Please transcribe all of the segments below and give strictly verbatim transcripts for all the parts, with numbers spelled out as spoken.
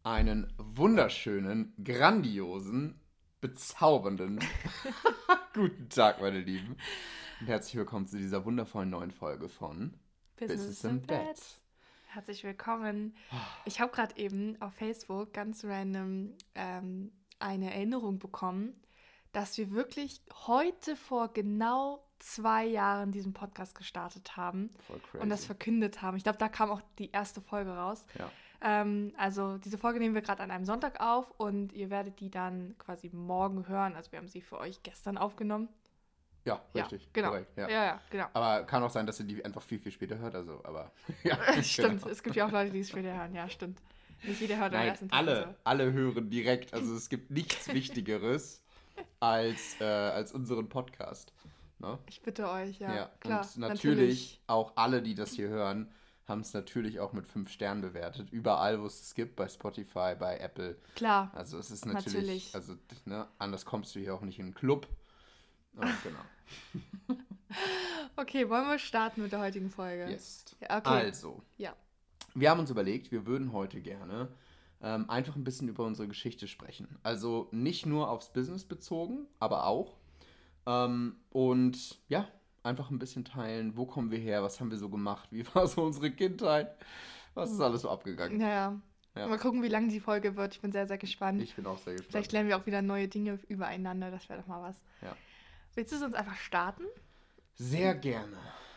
Einen wunderschönen, grandiosen, bezaubernden guten Tag, meine Lieben. Und herzlich willkommen zu dieser wundervollen neuen Folge von Business, Business im Bett. Bett. Herzlich willkommen. Ich habe gerade eben auf Facebook ganz random ähm, eine Erinnerung bekommen, dass wir wirklich heute vor genau zwei Jahren diesen Podcast gestartet haben. Voll crazy. Und das verkündet haben. Ich glaube, da kam auch die erste Folge raus. Ja. Ähm, also diese Folge nehmen wir gerade an einem Sonntag auf und ihr werdet die dann quasi morgen hören. Also wir haben sie für euch gestern aufgenommen. Ja, richtig. Ja, genau. Korrekt, ja. Ja, ja, genau. Aber kann auch sein, dass ihr die einfach viel, viel später hört. Also, aber ja. Stimmt, Genau. es gibt ja auch Leute, die es später hören. Ja, stimmt. Nicht jeder hört am Nein, ersten Tag. alle, So. alle hören direkt. Also es gibt nichts Wichtigeres als, äh, als unseren Podcast. Ne? Ich bitte euch, ja. Ja, klar. und natürlich, natürlich auch alle, die das hier hören, haben es natürlich auch mit fünf Sternen bewertet. Überall, wo es es gibt, bei Spotify, bei Apple. Klar. Also es ist natürlich, natürlich. also ne, anders kommst du hier auch nicht in den Club. Oh, genau. Okay, wollen wir starten mit der heutigen Folge? Yes. Ja, okay. Also, ja. wir haben uns überlegt, wir würden heute gerne ähm, einfach ein bisschen über unsere Geschichte sprechen. Also nicht nur aufs Business bezogen, aber auch. Ähm, und ja, einfach ein bisschen teilen, wo kommen wir her, was haben wir so gemacht, wie war so unsere Kindheit, was ist alles so abgegangen. Naja, Ja. mal gucken, wie lang die Folge wird. Ich bin sehr, sehr gespannt. Ich bin auch sehr gespannt. Vielleicht lernen wir auch wieder neue Dinge übereinander, das wäre doch mal was. Ja. Willst du es uns einfach starten? Sehr gerne.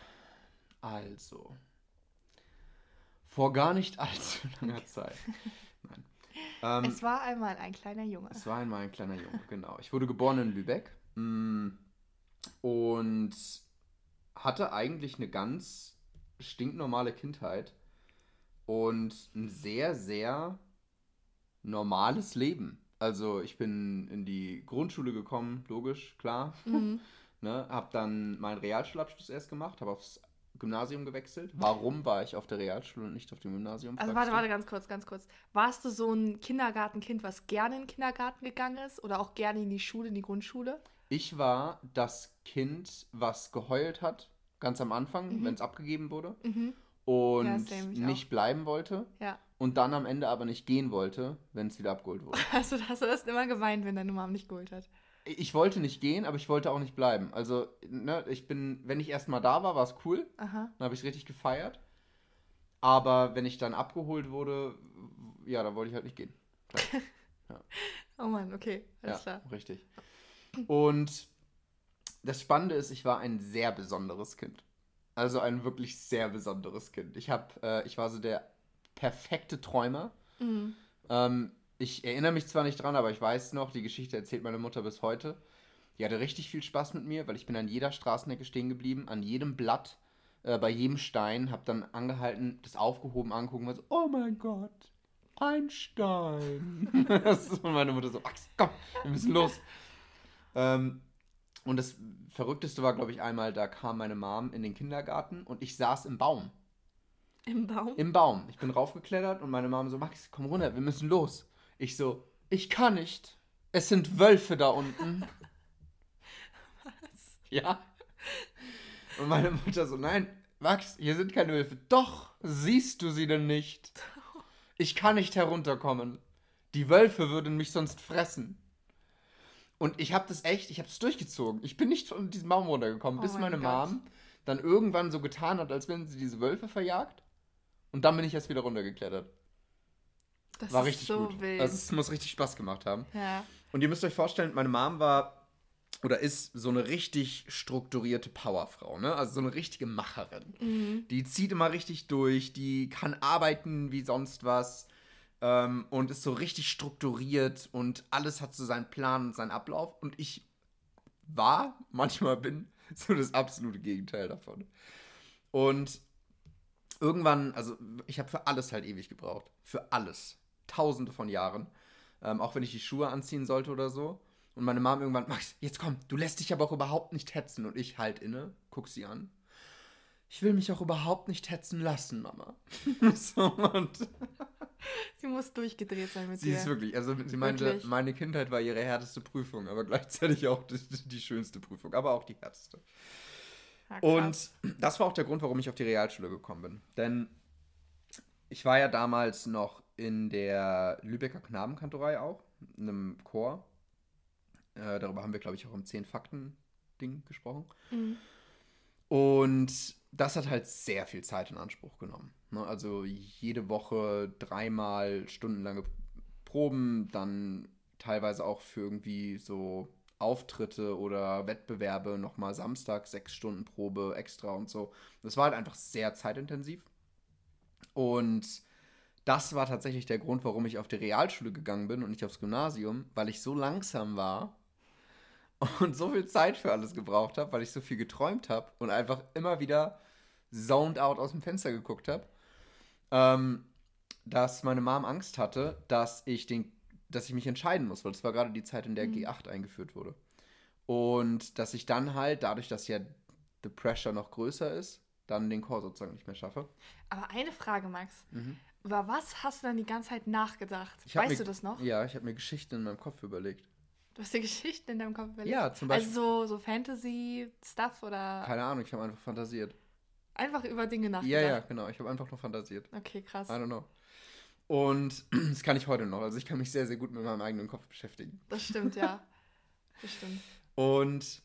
Also, vor gar nicht allzu langer Zeit. Nein. Ähm, es war einmal ein kleiner Junge. Es war einmal ein kleiner Junge, genau. Ich wurde geboren in Lübeck mh, und hatte eigentlich eine ganz stinknormale Kindheit und ein sehr, sehr normales Leben. Also ich bin in die Grundschule gekommen, logisch, klar. Mhm. Ne, hab dann meinen Realschulabschluss erst gemacht, habe aufs Gymnasium gewechselt. Warum war ich auf der Realschule und nicht auf dem Gymnasium? Also warte, warte, ganz kurz, ganz kurz. Warst du so ein Kindergartenkind, was gerne in den Kindergarten gegangen ist oder auch gerne in die Schule, in die Grundschule? Ich war das Kind, was geheult hat, ganz am Anfang, Mhm. wenn es abgegeben wurde. Mhm. Und Ja, same, ich nicht auch. bleiben wollte. Ja. Und dann am Ende aber nicht gehen wollte, wenn es wieder abgeholt wurde. Also hast du das immer geweint, wenn deine Mom nicht geholt hat? Ich wollte nicht gehen, aber ich wollte auch nicht bleiben. Also, ne, ich bin, wenn ich erstmal da war, war es cool. Aha. Dann habe ich es richtig gefeiert. Aber wenn ich dann abgeholt wurde, ja, dann wollte ich halt nicht gehen. Klar. Ja. Oh Mann, okay, alles Ja, klar. richtig. Und das Spannende ist, ich war ein sehr besonderes Kind. Also ein wirklich sehr besonderes Kind. Ich hab, äh, ich war so der perfekte Träumer. Mhm. Ähm, ich erinnere mich zwar nicht dran, aber ich weiß noch, die Geschichte erzählt meine Mutter bis heute. Die hatte richtig viel Spaß mit mir, weil ich bin an jeder Straßenecke stehen geblieben, an jedem Blatt, äh, bei jedem Stein, hab dann angehalten, das aufgehoben angucken, war so, oh mein Gott, ein Stein. Das ist meine Mutter so, Max, komm, wir müssen los. Ähm, und das Verrückteste war, glaube ich, einmal, da kam meine Mom in den Kindergarten und ich saß im Baum. Im Baum? Im Baum. Ich bin raufgeklettert und meine Mom so, Max, komm runter, wir müssen los. Ich so, ich kann nicht. Es sind Wölfe da unten. Was? Ja. Und meine Mutter so, nein, Max, hier sind keine Wölfe. Doch, siehst du sie denn nicht? Ich kann nicht herunterkommen. Die Wölfe würden mich sonst fressen. Und ich habe das echt, ich habe es durchgezogen. Ich bin nicht von diesem Baum runtergekommen, Oh bis mein meine Gott. Mom dann irgendwann so getan hat, als wenn sie diese Wölfe verjagt. Und dann bin ich erst wieder runtergeklettert. Das War ist richtig so gut. wild. Also es muss richtig Spaß gemacht haben. Ja. Und ihr müsst euch vorstellen, meine Mom war oder ist so eine richtig strukturierte Powerfrau, ne? Also so eine richtige Macherin. Mhm. Die zieht immer richtig durch, die kann arbeiten wie sonst was ähm, und ist so richtig strukturiert und alles hat so seinen Plan und seinen Ablauf. Und ich war, manchmal bin, so das absolute Gegenteil davon. Und irgendwann, also ich habe für alles halt ewig gebraucht. Für alles. Tausende von Jahren. Ähm, auch wenn ich die Schuhe anziehen sollte oder so. Und meine Mom irgendwann, Max, jetzt komm, du lässt dich aber auch überhaupt nicht hetzen. Und ich halt inne, guck sie an. Ich will mich auch überhaupt nicht hetzen lassen, Mama. So, und Sie muss durchgedreht sein mit sie dir. ist wirklich, also sie meinte, Wirklich? meine Kindheit war ihre härteste Prüfung, aber gleichzeitig auch die, die schönste Prüfung, aber auch die härteste. Ja, Und das war auch der Grund, warum ich auf die Realschule gekommen bin. Denn ich war ja damals noch in der Lübecker Knabenkantorei auch, in einem Chor. Äh, darüber haben wir, glaube ich, auch im zehn-Fakten-Ding gesprochen. Mhm. Und das hat halt sehr viel Zeit in Anspruch genommen. Ne? Also jede Woche dreimal stundenlange Proben, dann teilweise auch für irgendwie so Auftritte oder Wettbewerbe nochmal Samstag, sechs Stunden Probe extra und so. Das war halt einfach sehr zeitintensiv. Und das war tatsächlich der Grund, warum ich auf die Realschule gegangen bin und nicht aufs Gymnasium, weil ich so langsam war und so viel Zeit für alles gebraucht habe, weil ich so viel geträumt habe und einfach immer wieder zoned out aus dem Fenster geguckt habe, ähm, dass meine Mom Angst hatte, dass ich, den, dass ich mich entscheiden muss, weil das war gerade die Zeit, in der Mhm. G acht eingeführt wurde. Und dass ich dann halt, dadurch, dass ja the pressure noch größer ist, dann den Chor sozusagen nicht mehr schaffe. Aber eine Frage, Max. Mhm. Über was hast du dann die ganze Zeit nachgedacht? Ich hab Weißt mir, du das noch? Ja, ich habe mir Geschichten in meinem Kopf überlegt. Du hast dir Geschichten in deinem Kopf überlegt? Ja, zum Beispiel. Also so, so Fantasy-Stuff oder Keine Ahnung, ich habe einfach fantasiert. einfach über Dinge nachgedacht? Ja, ja, genau. Ich habe einfach nur fantasiert. Okay, krass. I don't know. Und das kann ich heute noch. Also ich kann mich sehr, sehr gut mit meinem eigenen Kopf beschäftigen. Das stimmt, ja. Das stimmt. Und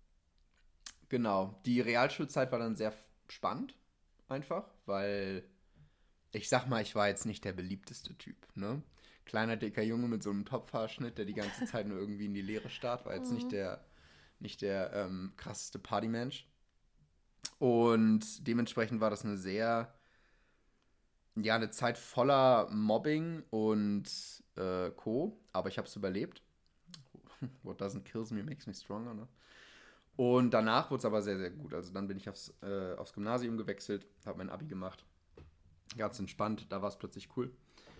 genau, die Realschulzeit war dann sehr spannend, einfach, weil ich sag mal, ich war jetzt nicht der beliebteste Typ, ne? Kleiner, dicker Junge mit so einem Topfhaarschnitt, der die ganze Zeit nur irgendwie in die Leere starrt, war jetzt Mhm. nicht der, nicht der ähm, krasseste Partymensch. Und dementsprechend war das eine sehr, ja, eine Zeit voller Mobbing und äh, Co. Aber ich habe es überlebt. What doesn't kill me makes me stronger, ne? Und danach wurde es aber sehr, sehr gut. Also dann bin ich aufs, äh, aufs Gymnasium gewechselt, habe mein Abi gemacht. Ganz entspannt, da war es plötzlich cool.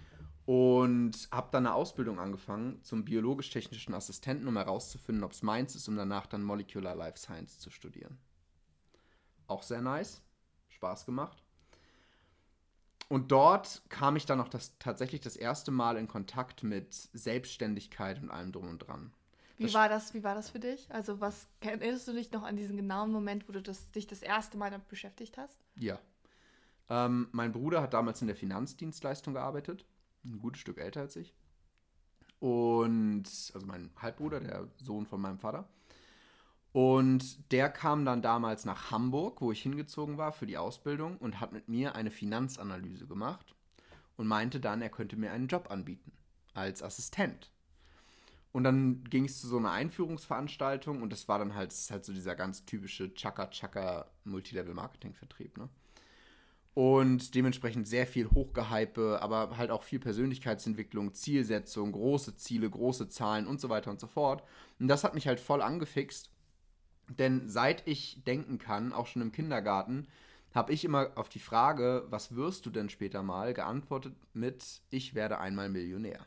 Und habe dann eine Ausbildung angefangen zum biologisch-technischen Assistenten, um herauszufinden, ob es meins ist, um danach dann Molecular Life Science zu studieren. Auch sehr nice, Spaß gemacht. Und dort kam ich dann auch das, tatsächlich das erste Mal in Kontakt mit Selbstständigkeit und allem drum und dran. Wie Das- war das, wie war das für dich? Also was, erinnerst du dich noch an diesen genauen Moment, wo du das, dich das erste Mal damit beschäftigt hast? Ja. Ähm, mein Bruder hat damals in der Finanzdienstleistung gearbeitet. Ein gutes Stück älter als ich. Und, also mein Halbbruder, der Sohn von meinem Vater. Und der kam dann damals nach Hamburg, wo ich hingezogen war für die Ausbildung und hat mit mir eine Finanzanalyse gemacht und meinte dann, er könnte mir einen Job anbieten als Assistent. Und dann ging es zu so einer Einführungsveranstaltung und das war dann halt, das ist halt so dieser ganz typische Chaka-Chaka Multilevel-Marketing-Vertrieb, ne? Und dementsprechend sehr viel Hochgehype, aber halt auch viel Persönlichkeitsentwicklung, Zielsetzung, große Ziele, große Zahlen und so weiter und so fort. Und das hat mich halt voll angefixt, denn seit ich denken kann, auch schon im Kindergarten, habe ich immer auf die Frage, was wirst du denn später mal, geantwortet mit, ich werde einmal Millionär.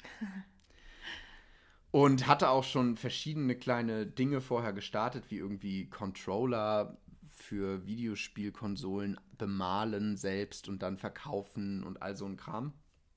Und hatte auch schon verschiedene kleine Dinge vorher gestartet, wie irgendwie Controller für Videospielkonsolen bemalen selbst und dann verkaufen und all so ein Kram.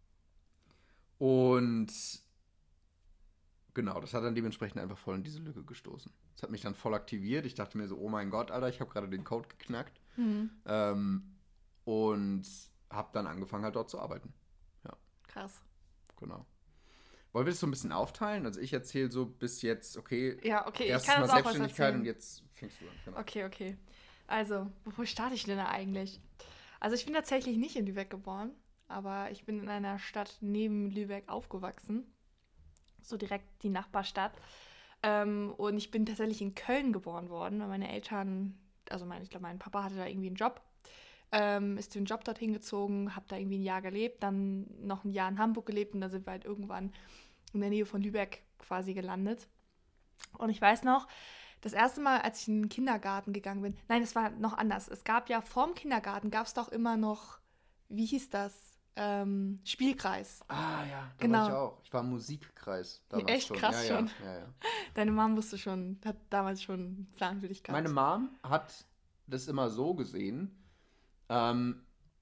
Und genau, das hat dann dementsprechend einfach voll in diese Lücke gestoßen. Das hat mich dann voll aktiviert. Ich dachte mir so, oh mein Gott, Alter, ich habe gerade den Code geknackt. Mhm. Ähm, und habe dann angefangen halt dort zu arbeiten. Krass. Genau. Wollen wir das so ein bisschen aufteilen? Also ich erzähle so bis jetzt, okay, Ja, okay, ich erstes kann Mal uns auch was Selbstständigkeit erzählen. und jetzt fängst du an. Genau. Okay, okay. Also, wo starte ich denn da eigentlich? Also ich bin tatsächlich nicht in Lübeck geboren, aber ich bin in einer Stadt neben Lübeck aufgewachsen. So direkt die Nachbarstadt. Ähm, und ich bin tatsächlich in Köln geboren worden, weil meine Eltern, also mein, ich glaube, mein Papa hatte da irgendwie einen Job. Ähm, ist für den Job dorthin gezogen, habe da irgendwie ein Jahr gelebt, dann noch ein Jahr in Hamburg gelebt und dann sind wir halt irgendwann in der Nähe von Lübeck quasi gelandet. Und ich weiß noch, das erste Mal, als ich in den Kindergarten gegangen bin, nein, es war noch anders. Es gab ja vorm Kindergarten, gab es doch immer noch, wie hieß das? Ähm, Spielkreis. Ah ja, da Genau. war ich auch. Ich war im Musikkreis damals Echt schon. krass ja, schon. Ja, ja, ja. Deine Mom wusste schon, hat damals schon einen Plan für dich gehabt. Meine Mom hat das immer so gesehen. Ähm,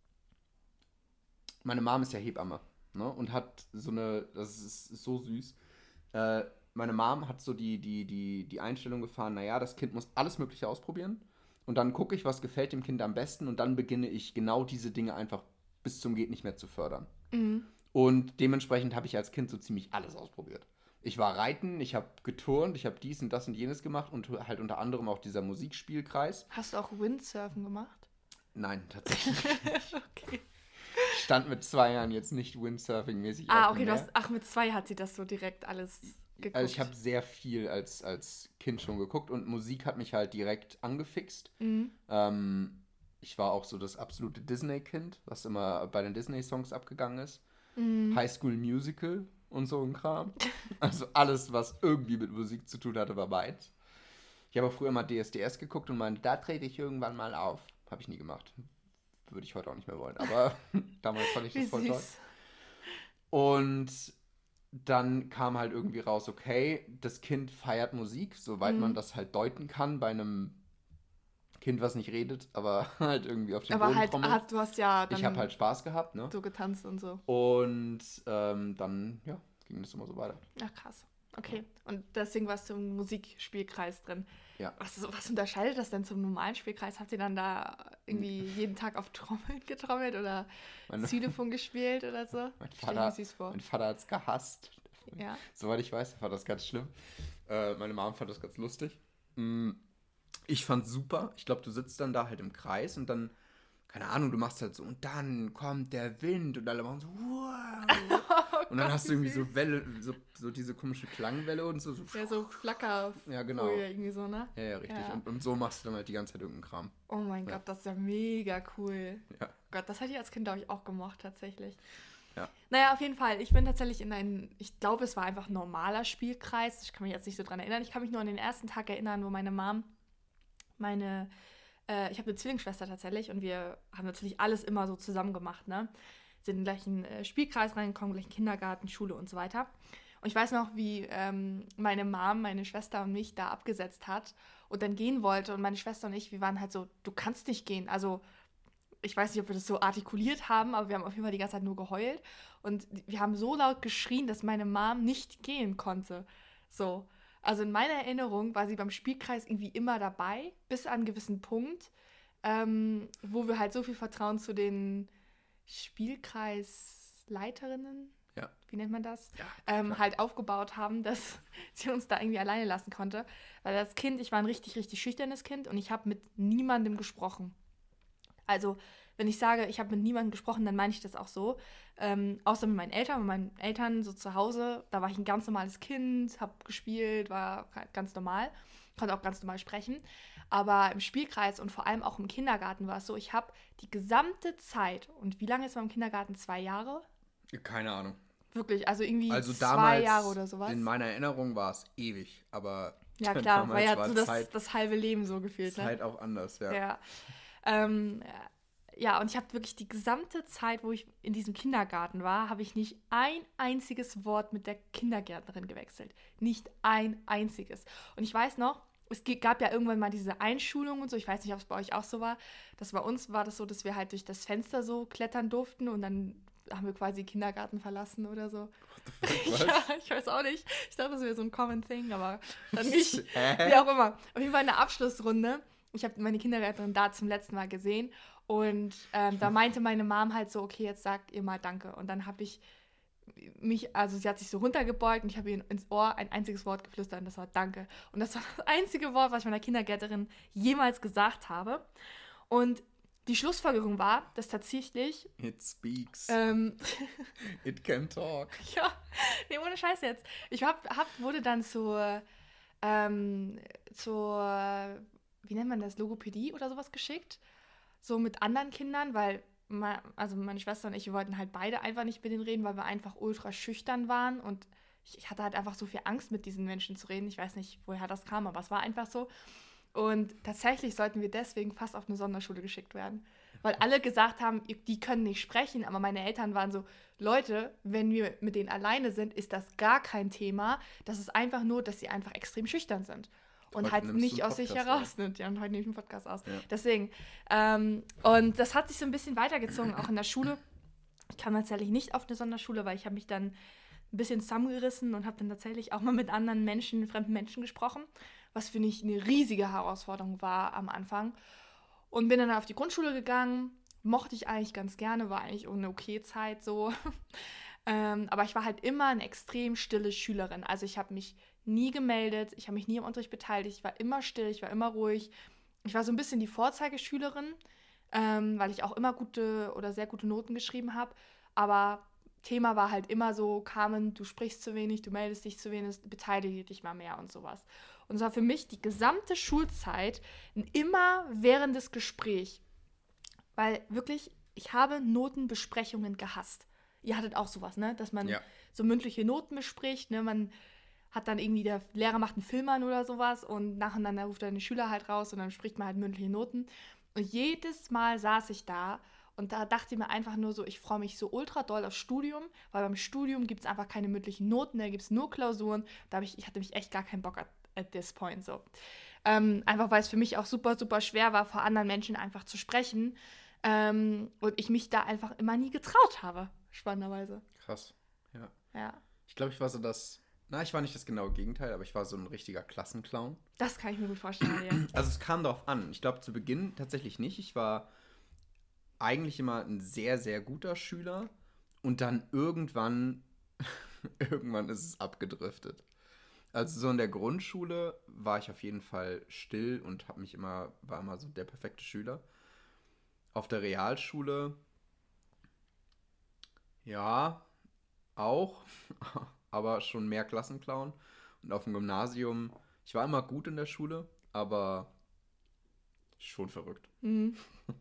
meine Mom ist ja Hebamme, ne? Und hat so eine, das ist, ist so süß. Äh, meine Mom hat so die, die, die, die Einstellung gefahren, naja, das Kind muss alles Mögliche ausprobieren. Und dann gucke ich, was gefällt dem Kind am besten und dann beginne ich genau diese Dinge einfach bis zum geht nicht mehr zu fördern. Mhm. Und dementsprechend habe ich als Kind so ziemlich alles ausprobiert. Ich war reiten, ich habe geturnt, ich habe dies und das und jenes gemacht und halt unter anderem auch dieser Musikspielkreis. Hast du auch Windsurfen gemacht? Nein, tatsächlich nicht. Okay. Ich stand mit zwei Jahren jetzt nicht Windsurfing-mäßig Ah, auf okay, dem du Meer. hast, ach, mit zwei hat sie das so direkt alles geguckt. Also ich habe sehr viel als, als Kind schon geguckt und Musik hat mich halt direkt angefixt. Mhm. Ähm, ich war auch so das absolute Disney-Kind, was immer bei den Disney-Songs abgegangen ist. Mhm. High School Musical und so ein Kram. Also alles, was irgendwie mit Musik zu tun hatte, war meins. Ich habe auch früher mal D S D S geguckt und meinte, da trete ich irgendwann mal auf. Habe ich nie gemacht. Würde ich heute auch nicht mehr wollen. Aber damals fand ich das Wie voll toll. süß. Und dann kam halt irgendwie raus, okay, das Kind feiert Musik, soweit Mhm. man das halt deuten kann bei einem Kind, was nicht redet, aber halt irgendwie auf den Aber Boden halt, trommelt. hast, du hast ja dann Ich habe halt Spaß gehabt, ne? so getanzt und so. Und ähm, dann, ja, ging das immer so weiter. Ach, krass. Okay. Und deswegen warst du im Musikspielkreis drin. Ja. Was, was unterscheidet das denn zum normalen Spielkreis? Habt ihr dann da irgendwie jeden Tag auf Trommeln getrommelt oder Meine, Xylophon gespielt oder so? mein Stell dir Vater, süß vor. mein Vater hat es gehasst. Ja. Soweit ich weiß, fand das ganz schlimm. Äh, meine Mom fand das ganz lustig. Mm, Ich fand's super. Ich glaube, du sitzt dann da halt im Kreis und dann, keine Ahnung, du machst halt so und dann kommt der Wind und alle machen so, wow. Oh Und dann Gott, hast du wie irgendwie süß. so Welle, so, so diese komische Klangwelle und so. so Ja, so Flacker. Ja, genau. Irgendwie so, ne? Ja, ja, richtig. Ja. Und, und so machst du dann halt die ganze Zeit irgendeinen Kram. Oh mein Ja. Gott, das ist ja mega cool. Ja. Gott, das hätte ich als Kind, glaube ich, auch gemocht, tatsächlich. Ja. Naja, auf jeden Fall. Ich bin tatsächlich in einen, ich glaube, es war einfach ein normaler Spielkreis. Ich kann mich jetzt nicht so dran erinnern. Ich kann mich nur an den ersten Tag erinnern, wo meine Mom, meine, äh, ich habe eine Zwillingsschwester tatsächlich und wir haben natürlich alles immer so zusammen gemacht, ne? Sind in den gleichen äh, Spielkreis reingekommen, gleichen Kindergarten, Schule und so weiter. Und ich weiß noch, wie ähm, meine Mom, meine Schwester und mich da abgesetzt hat und dann gehen wollte. Und meine Schwester und ich, wir waren halt so, du kannst nicht gehen. Also ich weiß nicht, ob wir das so artikuliert haben, aber wir haben auf jeden Fall die ganze Zeit nur geheult. Und wir haben so laut geschrien, dass meine Mom nicht gehen konnte. So. Also in meiner Erinnerung war sie beim Spielkreis irgendwie immer dabei, bis an einen gewissen Punkt, ähm, wo wir halt so viel Vertrauen zu den Spielkreisleiterinnen, Ja. wie nennt man das, Ja, ähm, klar. halt aufgebaut haben, dass sie uns da irgendwie alleine lassen konnte. Weil als Kind, ich war ein richtig, richtig schüchternes Kind und ich habe mit niemandem gesprochen. Also, wenn ich sage, ich habe mit niemandem gesprochen, dann meine ich das auch so. Ähm, außer mit meinen Eltern. Mit meinen Eltern so zu Hause, da war ich ein ganz normales Kind, habe gespielt, war ganz normal, konnte auch ganz normal sprechen. Aber im Spielkreis und vor allem auch im Kindergarten war es so, ich habe die gesamte Zeit, und wie lange ist man im Kindergarten? Zwei Jahre? Keine Ahnung. Wirklich, also irgendwie Also zwei damals, Jahre oder sowas. in meiner Erinnerung war es ewig, aber Ja, klar, damals war ja war so das, Zeit, das halbe Leben so gefühlt, ne? Zeit auch anders, ja. Ja. Ähm, ja, und ich habe wirklich die gesamte Zeit, wo ich in diesem Kindergarten war, habe ich nicht ein einziges Wort mit der Kindergärtnerin gewechselt. Nicht ein einziges. Und ich weiß noch, es ge- gab ja irgendwann mal diese Einschulung und so. Ich weiß nicht, ob es bei euch auch so war. Das bei uns war das so, dass wir halt durch das Fenster so klettern durften und dann haben wir quasi den Kindergarten verlassen oder so. Was? Ja, ich weiß auch nicht. Ich dachte, das wäre so ein common thing, aber dann nicht. Hä? Wie auch immer. Auf jeden Fall eine Abschlussrunde. Ich habe meine Kindergärtnerin da zum letzten Mal gesehen und ähm, da meinte meine Mom halt so, okay, jetzt sag ihr mal Danke. Und dann habe ich mich, also sie hat sich so runtergebeugt und ich habe ihr ins Ohr ein einziges Wort geflüstert und das war Danke. Und das war das einzige Wort, was ich meiner Kindergärtnerin jemals gesagt habe. Und die Schlussfolgerung war, dass tatsächlich It speaks. ähm, It can talk. ja, nee, ohne Scheiß jetzt. Ich hab, hab, wurde dann zur, ähm, zur, wie nennt man das, Logopädie oder sowas geschickt. So mit anderen Kindern, weil, ma, also meine Schwester und ich, wir wollten halt beide einfach nicht mit denen reden, weil wir einfach ultra schüchtern waren und ich, ich hatte halt einfach so viel Angst, mit diesen Menschen zu reden. Ich weiß nicht, woher das kam, aber es war einfach so. Und tatsächlich sollten wir deswegen fast auf eine Sonderschule geschickt werden. Weil alle gesagt haben, die können nicht sprechen, aber meine Eltern waren so, Leute, wenn wir mit denen alleine sind, ist das gar kein Thema. Das ist einfach nur, dass sie einfach extrem schüchtern sind. Und Heute halt nimmst du nicht einen aus sich Podcast herausnimmt. Ja, und heute nehme ich einen Podcast aus. Ja. Deswegen. Ähm, und das hat sich so ein bisschen weitergezogen, auch in der Schule. Ich kam tatsächlich nicht auf eine Sonderschule, weil ich habe mich dann ein bisschen zusammengerissen und habe dann tatsächlich auch mal mit anderen Menschen, fremden Menschen gesprochen, was für mich eine riesige Herausforderung war am Anfang. Und bin dann auf die Grundschule gegangen, mochte ich eigentlich ganz gerne, war eigentlich eine okay Zeit so. Ähm, aber ich war halt immer eine extrem stille Schülerin. Also ich habe mich nie gemeldet, ich habe mich nie im Unterricht beteiligt, ich war immer still, ich war immer ruhig. Ich war so ein bisschen die Vorzeigeschülerin, ähm, weil ich auch immer gute oder sehr gute Noten geschrieben habe. Aber Thema war halt immer so, Carmen, du sprichst zu wenig, du meldest dich zu wenig, beteilige dich mal mehr und sowas. Und es war für mich die gesamte Schulzeit ein immer währendes Gespräch. Weil wirklich, ich habe Notenbesprechungen gehasst. Ihr hattet auch sowas, ne? Dass man Ja. so mündliche Noten bespricht, ne? Man hat dann irgendwie, der Lehrer macht einen Film an oder sowas und nacheinander ruft dann die Schüler halt raus und dann spricht man halt mündliche Noten. Und jedes Mal saß ich da und da dachte ich mir einfach nur so, ich freue mich so ultra doll aufs Studium, weil beim Studium gibt es einfach keine mündlichen Noten, da gibt es nur Klausuren. Da habe ich, ich hatte mich echt gar keinen Bock at, at this point so. Ähm, einfach weil es für mich auch super, super schwer war, vor anderen Menschen einfach zu sprechen. Ähm, und ich mich da einfach immer nie getraut habe, spannenderweise. Krass, ja. Ja. Ich glaube, ich war so das, na, ich war nicht das genaue Gegenteil, aber ich war so ein richtiger Klassenclown. Das kann ich mir gut vorstellen, ja. Also es kam darauf an. Ich glaube, zu Beginn tatsächlich nicht. Ich war eigentlich immer ein sehr, sehr guter Schüler und dann irgendwann, irgendwann ist es abgedriftet. Also so in der Grundschule war ich auf jeden Fall still und habe mich immer, war immer so der perfekte Schüler. Auf der Realschule, ja, auch, aber schon mehr Klassenclown. Und auf dem Gymnasium, ich war immer gut in der Schule, aber schon verrückt. Mhm.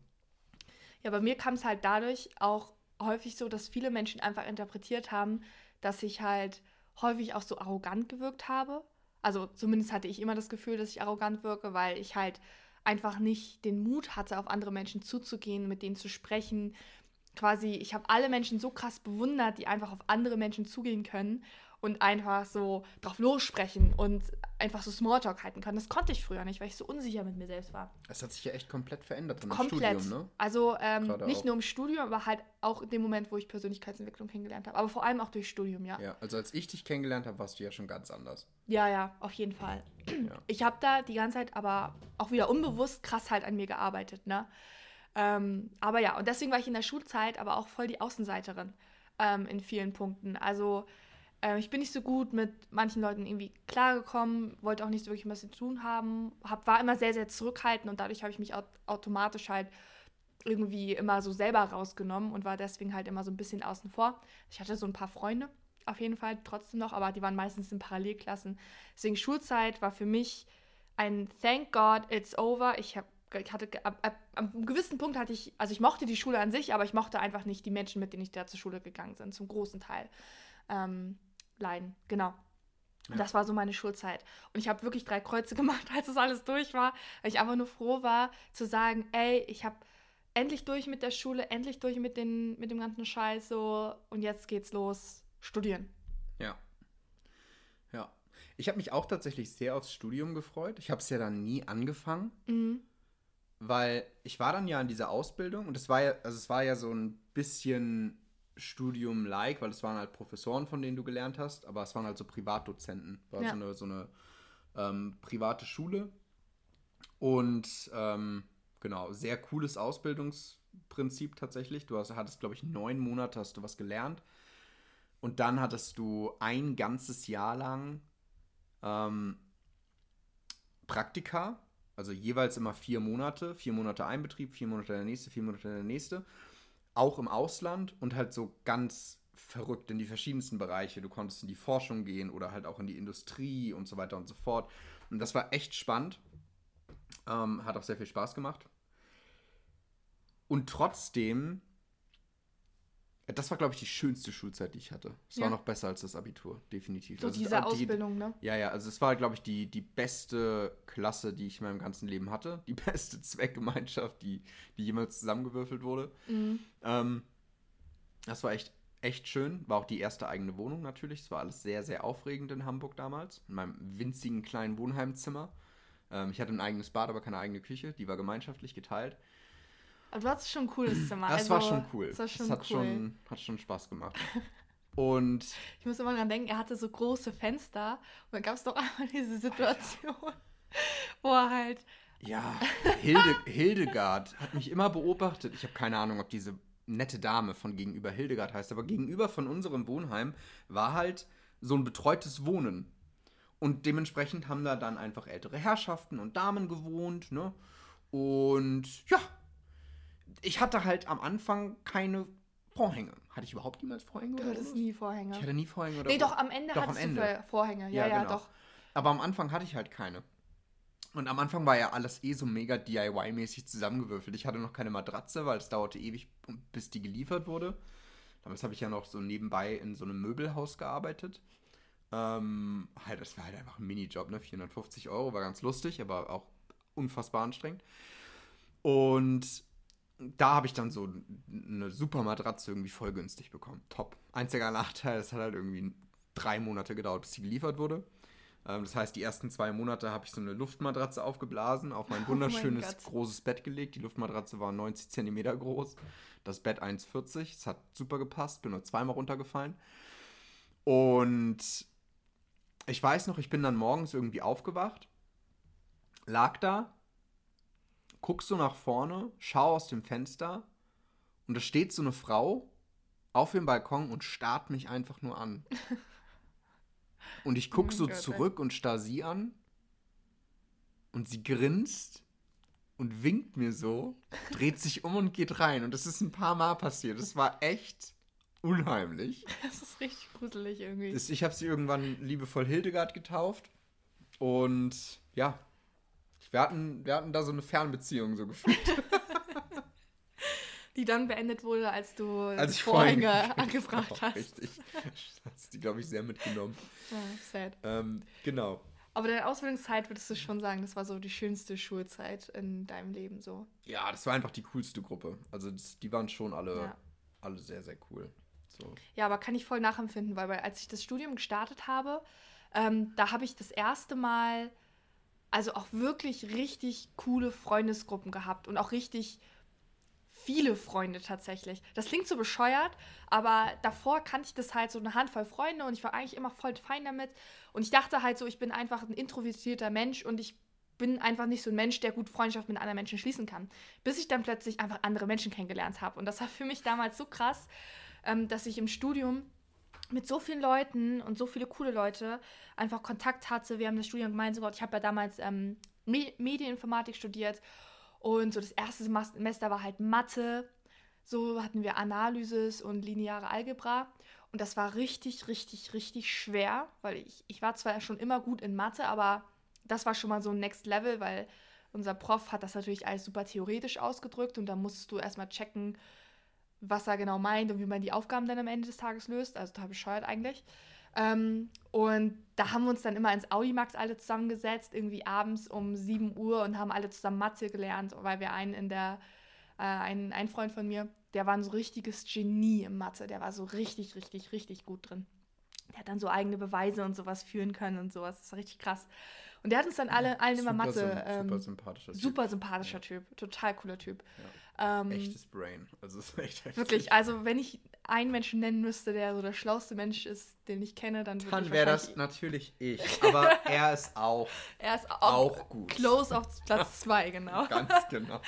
Ja, bei mir kam es halt dadurch auch häufig so, dass viele Menschen einfach interpretiert haben, dass ich halt häufig auch so arrogant gewirkt habe. Also zumindest hatte ich immer das Gefühl, dass ich arrogant wirke, weil ich halt einfach nicht den Mut hatte, auf andere Menschen zuzugehen, mit denen zu sprechen. Quasi, ich habe alle Menschen so krass bewundert, die einfach auf andere Menschen zugehen können und einfach so drauf lossprechen und einfach so Smalltalk halten können. Das konnte ich früher nicht, weil ich so unsicher mit mir selbst war. Es hat sich ja echt komplett verändert im Komplett. Studium, ne? Also ähm, Gerade nicht auch. nur im Studium, aber halt auch in dem Moment, wo ich Persönlichkeitsentwicklung kennengelernt habe. Aber vor allem auch durch Studium, ja. Ja, also als ich dich kennengelernt habe, warst du ja schon ganz anders. Ja, ja, auf jeden Fall. Ja. Ich habe da die ganze Zeit aber auch wieder unbewusst krass halt an mir gearbeitet, ne? Ähm, aber ja, und deswegen war ich in der Schulzeit aber auch voll die Außenseiterin ähm, in vielen Punkten. Also äh, ich bin nicht so gut mit manchen Leuten irgendwie klargekommen, wollte auch nicht so wirklich was zu tun haben, hab, war immer sehr, sehr zurückhaltend und dadurch habe ich mich aut- automatisch halt irgendwie immer so selber rausgenommen und war deswegen halt immer so ein bisschen außen vor. Ich hatte so ein paar Freunde, auf jeden Fall trotzdem noch, aber die waren meistens in Parallelklassen. Deswegen Schulzeit war für mich ein Thank God it's over. Ich habe ich hatte ab, ab, ab einem gewissen Punkt hatte ich, also ich mochte die Schule an sich, aber ich mochte einfach nicht die Menschen, mit denen ich da zur Schule gegangen bin, zum großen Teil ähm, leiden. Genau. Und das war so meine Schulzeit. Und ich habe wirklich drei Kreuze gemacht, als das alles durch war, weil ich einfach nur froh war, zu sagen, ey, ich habe endlich durch mit der Schule, endlich durch mit, den, mit dem ganzen Scheiß so und jetzt geht's los, studieren. Ja. Ja. Ich habe mich auch tatsächlich sehr aufs Studium gefreut. Ich habe es ja dann nie angefangen, Mhm. weil ich war dann ja in dieser Ausbildung und es war ja, also es war ja so ein bisschen Studium-like, weil es waren halt Professoren, von denen du gelernt hast, aber es waren halt so Privatdozenten. War Ja. so eine, so eine ähm, private Schule und ähm, genau, sehr cooles Ausbildungsprinzip tatsächlich. Du hast, hattest, glaube ich, neun Monate hast du was gelernt und dann hattest du ein ganzes Jahr lang ähm, Praktika, also jeweils immer vier Monate, vier Monate ein Betrieb, vier Monate der nächste, vier Monate der nächste, auch im Ausland und halt so ganz verrückt in die verschiedensten Bereiche. Du konntest in die Forschung gehen oder halt auch in die Industrie und so weiter und so fort. Und das war echt spannend. Ähm, hat auch sehr viel Spaß gemacht. Und trotzdem, das war, glaube ich, die schönste Schulzeit, die ich hatte. Es Ja. war noch besser als das Abitur, definitiv. So Also diese die- Ausbildung, ne? Ja, ja, also es war, glaube ich, die, die beste Klasse, die ich in meinem ganzen Leben hatte. Die beste Zweckgemeinschaft, die, die jemals zusammengewürfelt wurde. Mhm. Ähm, das war echt, echt schön. War auch die erste eigene Wohnung natürlich. Es war alles sehr, sehr aufregend in Hamburg damals. In meinem winzigen kleinen Wohnheimzimmer. Ähm, ich hatte ein eigenes Bad, aber keine eigene Küche. Die war gemeinschaftlich geteilt. Aber du hattest schon ein cooles Zimmer. Das also, war schon cool. Das war schon hat, cool. schon, hat schon Spaß gemacht. Und Ich muss immer dran denken, er hatte so große Fenster und dann gab es doch einmal diese Situation, wo er halt, ja, Hilde, Hildegard hat mich immer beobachtet. Ich habe keine Ahnung, ob diese nette Dame von gegenüber, Hildegard heißt, aber gegenüber von unserem Wohnheim war halt so ein betreutes Wohnen. Und dementsprechend haben da dann einfach ältere Herrschaften und Damen gewohnt, ne? Und ja, ich hatte halt am Anfang keine Vorhänge. Hatte ich überhaupt niemals Vorhänge? Du hattest nie Vorhänge. Ich hatte nie Vorhänge. Oder nee, doch, am Ende doch, hattest am du Ende. Vorhänge. Ja, ja, ja, genau. doch. Aber am Anfang hatte ich halt keine. Und am Anfang war ja alles eh so mega D I Y-mäßig zusammengewürfelt. Ich hatte noch keine Matratze, weil es dauerte ewig, bis die geliefert wurde. Damals habe ich ja noch so nebenbei in so einem Möbelhaus gearbeitet. Ähm, halt, das war halt einfach ein Minijob, ne? vierhundertfünfzig Euro, war ganz lustig, aber auch unfassbar anstrengend. Und da habe ich dann so eine super Matratze irgendwie voll günstig bekommen. Top. Einziger Nachteil, es hat halt irgendwie drei Monate gedauert, bis sie geliefert wurde. Ähm, das heißt, die ersten zwei Monate habe ich so eine Luftmatratze aufgeblasen, auf mein wunderschönes oh mein großes Bett gelegt. Die Luftmatratze war neunzig Zentimeter groß, das Bett eins Komma vierzig. Es hat super gepasst, bin nur zweimal runtergefallen. Und ich weiß noch, ich bin dann morgens irgendwie aufgewacht, lag da, guck so nach vorne, schau aus dem Fenster und da steht so eine Frau auf dem Balkon und starrt mich einfach nur an. Und ich guck Oh so Gott, zurück und starr sie an und sie grinst und winkt mir so, dreht sich um und geht rein. Und das ist ein paar Mal passiert. Das war echt unheimlich. Das ist richtig gruselig irgendwie. Das, ich habe sie irgendwann liebevoll Hildegard getauft. Und ja, wir hatten, wir hatten da so eine Fernbeziehung so gefühlt. Die dann beendet wurde, als du Als ich Vorhänge Vorhänge angebracht genau, hast. Richtig. Das hat sie, glaube ich, sehr mitgenommen. Ja, sad. Ähm, genau. Aber deine Ausbildungszeit, würdest du schon sagen, das war so die schönste Schulzeit in deinem Leben so? Ja, das war einfach die coolste Gruppe. Also das, die waren schon alle, Ja. alle sehr, sehr cool. So. Ja, aber kann ich voll nachempfinden, weil, weil als ich das Studium gestartet habe, ähm, da habe ich das erste Mal also auch wirklich richtig coole Freundesgruppen gehabt und auch richtig viele Freunde tatsächlich. Das klingt so bescheuert, aber davor kannte ich das halt so eine Handvoll Freunde und ich war eigentlich immer voll fein damit. Und ich dachte halt so, ich bin einfach ein introvertierter Mensch und ich bin einfach nicht so ein Mensch, der gut Freundschaft mit anderen Menschen schließen kann. Bis ich dann plötzlich einfach andere Menschen kennengelernt habe. Und das war für mich damals so krass, ähm, dass ich im Studium mit so vielen Leuten und so viele coole Leute einfach Kontakt hatte. Wir haben das Studium gemeinsam gemacht. Ich habe ja damals ähm, Me- Medieninformatik studiert. Und so das erste Semester war halt Mathe. So hatten wir Analysis und lineare Algebra. Und das war richtig, richtig, richtig schwer, weil ich, ich war zwar schon immer gut in Mathe, aber das war schon mal so ein Next Level, weil unser Prof hat das natürlich alles super theoretisch ausgedrückt und da musstest du erstmal checken, was er genau meint und wie man die Aufgaben dann am Ende des Tages löst. Also total bescheuert eigentlich. Ähm, und da haben wir uns dann immer ins Audimax alle zusammengesetzt, irgendwie abends um sieben Uhr und haben alle zusammen Mathe gelernt, weil wir einen in der, äh, ein, ein Freund von mir, der war ein so richtiges Genie im Mathe, der war so richtig, richtig, richtig gut drin. Der hat dann so eigene Beweise und sowas führen können und sowas, das war richtig krass. Und der hat uns dann alle, allen immer Super Mathe... sym- Ähm, super sympathischer Typ. Super sympathischer Ja. Typ, total cooler Typ. Ja. Ähm, Echtes Brain. Also es ist echt heftig. Wirklich, also wenn ich einen Menschen nennen müsste, der so der schlauste Mensch ist, den ich kenne, dann würde Dann ich wäre das wahrscheinlich- natürlich ich. Aber er ist auch, Er ist auch, auch gut. close auf Platz zwei, genau. Ganz genau.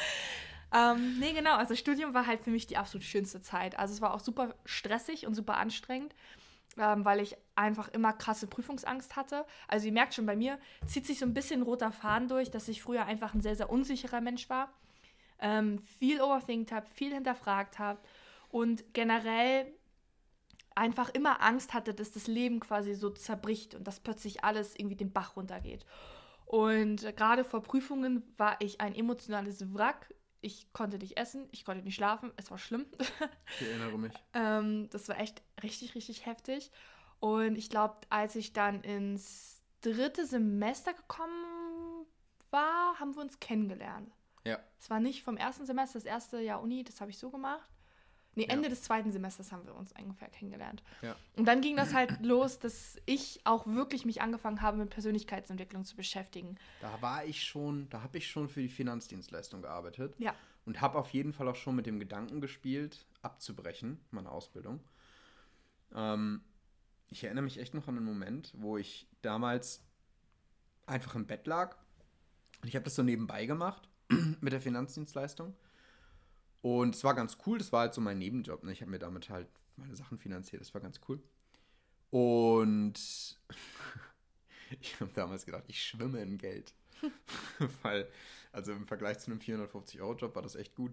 ähm, nee, genau, also Studium war halt für mich die absolut schönste Zeit. Also es war auch super stressig und super anstrengend, ähm, weil ich einfach immer krasse Prüfungsangst hatte. Also ihr merkt schon, bei mir zieht sich so ein bisschen ein roter Faden durch, dass ich früher einfach ein sehr, sehr unsicherer Mensch war. Ähm, viel overthinkt habe, viel hinterfragt habe und generell einfach immer Angst hatte, dass das Leben quasi so zerbricht und dass plötzlich alles irgendwie den Bach runtergeht. Und äh, gerade vor Prüfungen war ich ein emotionales Wrack. Ich konnte nicht essen, ich konnte nicht schlafen, es war schlimm. Ich erinnere mich. ähm, das war echt richtig, richtig heftig. Und ich glaube, als ich dann ins dritte Semester gekommen war, haben wir uns kennengelernt. Ja. Es war nicht vom ersten Semester, das erste Jahr Uni, das habe ich so gemacht. Nee, Ja. Ende des zweiten Semesters haben wir uns ungefähr kennengelernt. Ja. Und dann ging das halt los, dass ich auch wirklich mich angefangen habe, mit Persönlichkeitsentwicklung zu beschäftigen. Da war ich schon, da habe ich schon für die Finanzdienstleistung gearbeitet. Ja. Und habe auf jeden Fall auch schon mit dem Gedanken gespielt, abzubrechen, meine Ausbildung. Ähm, ich erinnere mich echt noch an einen Moment, wo ich damals einfach im Bett lag. Und ich habe das so nebenbei gemacht mit der Finanzdienstleistung. Und es war ganz cool, das war halt so mein Nebenjob. Ne? Ich habe mir damit halt meine Sachen finanziert, das war ganz cool. Und ich habe damals gedacht, ich schwimme in Geld. Weil, also im Vergleich zu einem vierhundertfünfzig-Euro-Job war das echt gut.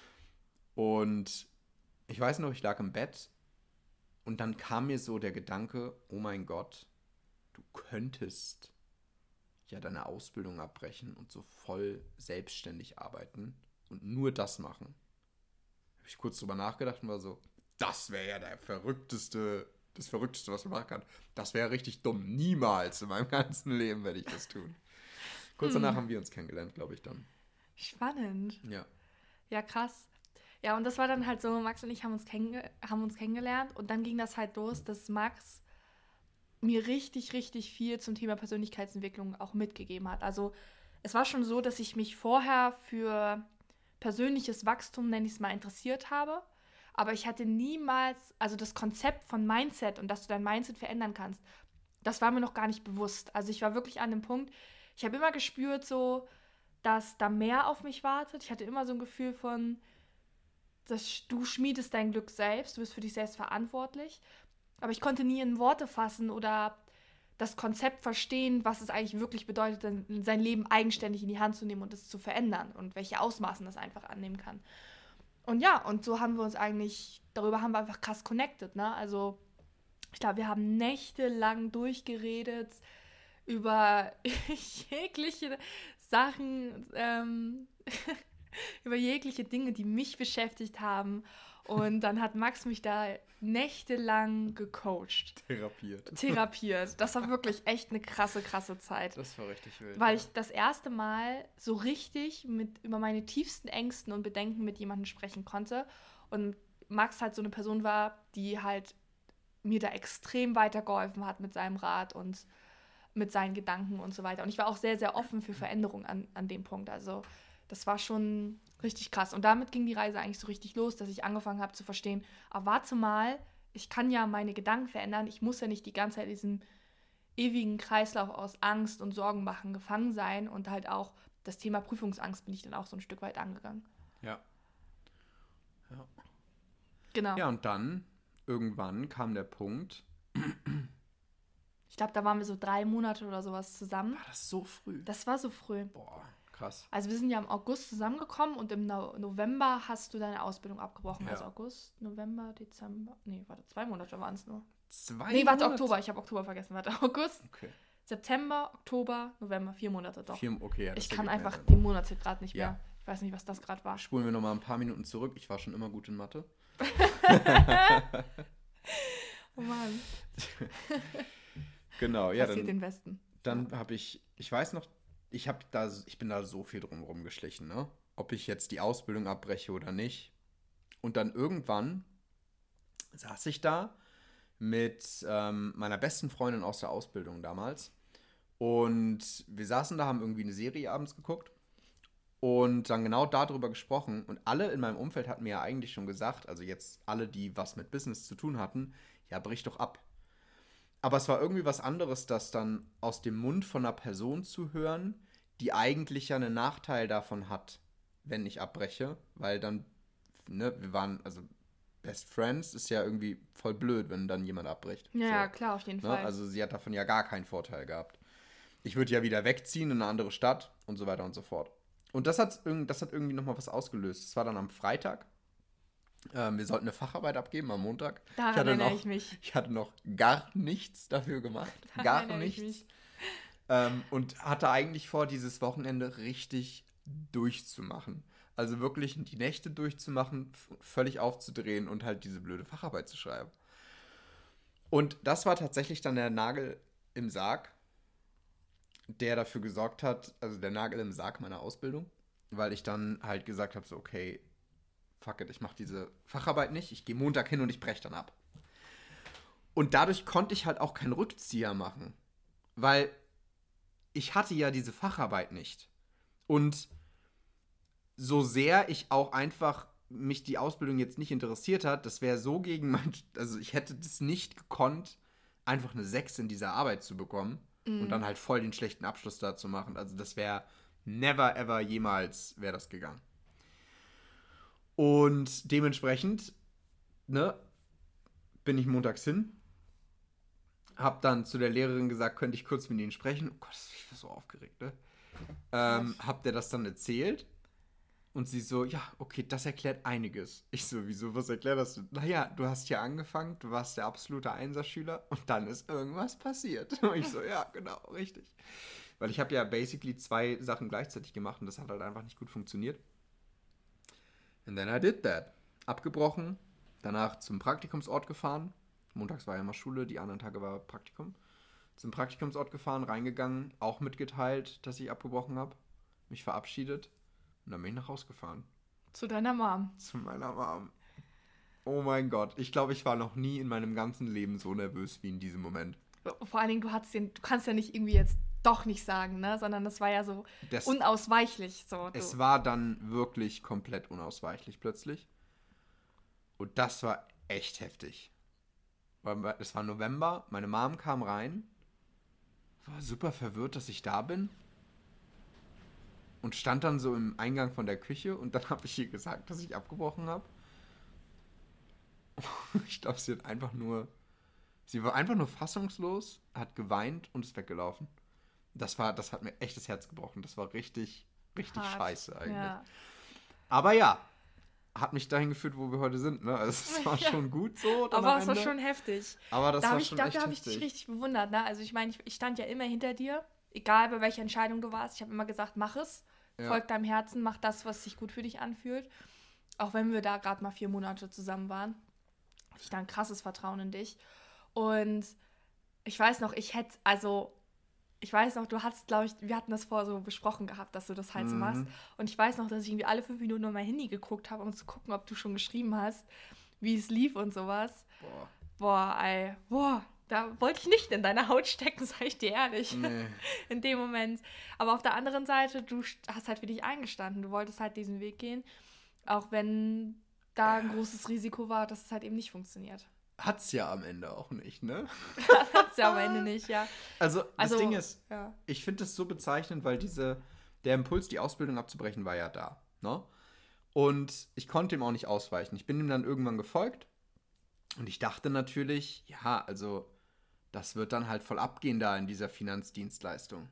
Und ich weiß noch, ich lag im Bett und dann kam mir so der Gedanke, oh mein Gott, du könntest ja deine Ausbildung abbrechen und so voll selbstständig arbeiten und nur das machen. Habe ich kurz drüber nachgedacht und war so, das wäre ja der verrückteste, das Verrückteste, was man machen kann. Das wäre richtig dumm. Niemals in meinem ganzen Leben werde ich das tun. Kurz hm. danach haben wir uns kennengelernt, glaube ich dann. Spannend. Ja. Ja, krass. Ja, und das war dann halt so, Max und ich haben uns, kennenge- haben uns kennengelernt und dann ging das halt los, dass Max mir richtig, richtig viel zum Thema Persönlichkeitsentwicklung auch mitgegeben hat. Also es war schon so, dass ich mich vorher für persönliches Wachstum, nenne ich es mal, interessiert habe, aber ich hatte niemals, also das Konzept von Mindset und dass du dein Mindset verändern kannst, das war mir noch gar nicht bewusst. Also ich war wirklich an dem Punkt, ich habe immer gespürt so, dass da mehr auf mich wartet. Ich hatte immer so ein Gefühl von, dass du schmiedest dein Glück selbst, du bist für dich selbst verantwortlich. Aber ich konnte nie in Worte fassen oder das Konzept verstehen, was es eigentlich wirklich bedeutet, sein Leben eigenständig in die Hand zu nehmen und es zu verändern und welche Ausmaßen das einfach annehmen kann. Und ja, und so haben wir uns eigentlich, darüber haben wir einfach krass connected, ne? Also ich glaube, wir haben nächtelang durchgeredet über jegliche Sachen, ähm, über jegliche Dinge, die mich beschäftigt haben. Und dann hat Max mich da nächtelang gecoacht. Therapiert. Therapiert. Das war wirklich echt eine krasse, krasse Zeit. Das war richtig wild. Weil ja. ich das erste Mal so richtig mit, über meine tiefsten Ängsten und Bedenken mit jemandem sprechen konnte. Und Max halt so eine Person war, die halt mir da extrem weitergeholfen hat mit seinem Rat und mit seinen Gedanken und so weiter. Und ich war auch sehr, sehr offen für Veränderungen an, an dem Punkt. Also das war schon richtig krass. Und damit ging die Reise eigentlich so richtig los, dass ich angefangen habe zu verstehen, aber warte mal, ich kann ja meine Gedanken verändern. Ich muss ja nicht die ganze Zeit in diesem ewigen Kreislauf aus Angst und Sorgen machen gefangen sein. Und halt auch das Thema Prüfungsangst bin ich dann auch so ein Stück weit angegangen. Ja. Ja. Genau. Ja, und dann, irgendwann kam der Punkt. Ich glaube, da waren wir so drei Monate oder sowas zusammen. War das so früh? Das war so früh. Boah, krass. Also wir sind ja im August zusammengekommen und im no- November hast du deine Ausbildung abgebrochen. Ja. Also August, November, Dezember. Nee, warte, zwei Monate waren es nur. Zwei Nee, warte, Monate? Oktober. Ich habe Oktober vergessen. Warte, August, Okay. September, Oktober, November. Vier Monate doch. Vier, okay, ja, das ich kann ergibt einfach mehr den Monat gerade nicht Ja. mehr. Ich weiß nicht, was das gerade war. Spulen wir nochmal ein paar Minuten zurück. Ich war schon immer gut in Mathe. Oh Mann. Genau, ja. Passiert Dann, den Besten. dann habe ich, ich weiß noch, ich habe da, ich bin da so viel drum rumgeschlichen, ne? Ob ich jetzt die Ausbildung abbreche oder nicht. Und dann irgendwann saß ich da mit ähm, meiner besten Freundin aus der Ausbildung damals. Und wir saßen da, haben irgendwie eine Serie abends geguckt und dann genau darüber gesprochen. Und alle in meinem Umfeld hatten mir ja eigentlich schon gesagt, also jetzt alle, die was mit Business zu tun hatten, ja, brich doch ab. Aber es war irgendwie was anderes, das dann aus dem Mund von einer Person zu hören, die eigentlich ja einen Nachteil davon hat, wenn ich abbreche. Weil dann, ne, wir waren, also Best Friends ist ja irgendwie voll blöd, wenn dann jemand abbricht. Ja, so, klar, auf jeden ne? Fall. Also sie hat davon ja gar keinen Vorteil gehabt. Ich würde ja wieder wegziehen in eine andere Stadt und so weiter und so fort. Und das hat, das hat irgendwie nochmal was ausgelöst. Das war dann am Freitag. Ähm, wir sollten eine Facharbeit abgeben am Montag. Daran ich hatte erinnere noch, ich mich. Ich hatte noch gar nichts dafür gemacht. Daran Gar erinnere ich nichts. mich. Ähm, und hatte eigentlich vor, dieses Wochenende richtig durchzumachen. Also wirklich die Nächte durchzumachen, f- völlig aufzudrehen und halt diese blöde Facharbeit zu schreiben. Und das war tatsächlich dann der Nagel im Sarg, der dafür gesorgt hat, also der Nagel im Sarg meiner Ausbildung, weil ich dann halt gesagt habe, so okay, fuck it, ich mache diese Facharbeit nicht, ich gehe Montag hin und ich breche dann ab. Und dadurch konnte ich halt auch keinen Rückzieher machen, weil ich hatte ja diese Facharbeit nicht. Und so sehr ich auch einfach mich die Ausbildung jetzt nicht interessiert hat, das wäre so gegen mein, also ich hätte das nicht gekonnt, einfach eine sechs in dieser Arbeit zu bekommen Mhm. und dann halt voll den schlechten Abschluss da zu machen. Also das wäre never ever jemals wäre das gegangen. Und dementsprechend, ne, bin ich montags hin, hab dann zu der Lehrerin gesagt, könnte ich kurz mit ihnen sprechen. Oh Gott, ich war so aufgeregt, ne? Ähm, hab der das dann erzählt und sie so, ja, okay, das erklärt einiges. Ich so, wieso, was erklärt das? Naja, du hast hier angefangen, du warst der absolute Einserschüler und dann ist irgendwas passiert. Und ich so, ja, genau, richtig. Weil ich habe ja basically zwei Sachen gleichzeitig gemacht und das hat halt einfach nicht gut funktioniert. And then I did that. Abgebrochen, danach zum Praktikumsort gefahren. Montags war ja immer Schule, die anderen Tage war Praktikum. Zum Praktikumsort gefahren, reingegangen, auch mitgeteilt, dass ich abgebrochen habe, mich verabschiedet und dann bin ich nach Hause gefahren. Zu deiner Mom. Zu meiner Mom. Oh mein Gott, ich glaube, ich war noch nie in meinem ganzen Leben so nervös wie in diesem Moment. Vor allen Dingen, du, hast den, du kannst ja nicht irgendwie jetzt doch nicht sagen, ne? Sondern das war ja so das, unausweichlich. So, es war dann wirklich komplett unausweichlich plötzlich. Und das war echt heftig. Es war November, meine Mom kam rein, war super verwirrt, dass ich da bin und stand dann so im Eingang von der Küche und dann habe ich ihr gesagt, dass ich abgebrochen habe. Ich glaube, sie hat einfach nur, sie war einfach nur fassungslos, hat geweint und ist weggelaufen. Das war, das hat mir echt das Herz gebrochen. Das war richtig, richtig Hart. Scheiße eigentlich. Ja. Aber ja, hat mich dahin geführt, wo wir heute sind, ne? Also es war ja. schon gut so. Aber es war schon heftig. Aber das da war ich, schon dafür echt habe ich dich richtig bewundert, ne? Also ich meine, ich, ich stand ja immer hinter dir, egal bei welcher Entscheidung du warst. Ich habe immer gesagt, mach es, ja. folg deinem Herzen, mach das, was sich gut für dich anfühlt. Auch wenn wir da gerade mal vier Monate zusammen waren. Ich da ein krasses Vertrauen in dich. Und ich weiß noch, ich hätte, also ich weiß noch, du hast, glaube ich, wir hatten das vorher so besprochen gehabt, dass du das halt so Mhm. machst. Und ich weiß noch, dass ich irgendwie alle fünf Minuten auf mein Handy geguckt habe, um zu gucken, ob du schon geschrieben hast, wie es lief und sowas. Boah. Boah, ey, boah, da wollte ich nicht in deiner Haut stecken, sag ich dir ehrlich. Nee. In dem Moment. Aber auf der anderen Seite, du hast halt für dich eingestanden. Du wolltest halt diesen Weg gehen, auch wenn da ein großes Risiko war, dass es halt eben nicht funktioniert. Hat's ja am Ende auch nicht, ne? Hat's ja am Ende nicht, ja. Also, das Also, Ding ist, ja. ich finde das so bezeichnend, weil diese, der Impuls, die Ausbildung abzubrechen, war ja da, ne? Und ich konnte ihm auch nicht ausweichen. Ich bin ihm dann irgendwann gefolgt und ich dachte natürlich, ja, also, das wird dann halt voll abgehen da in dieser Finanzdienstleistung.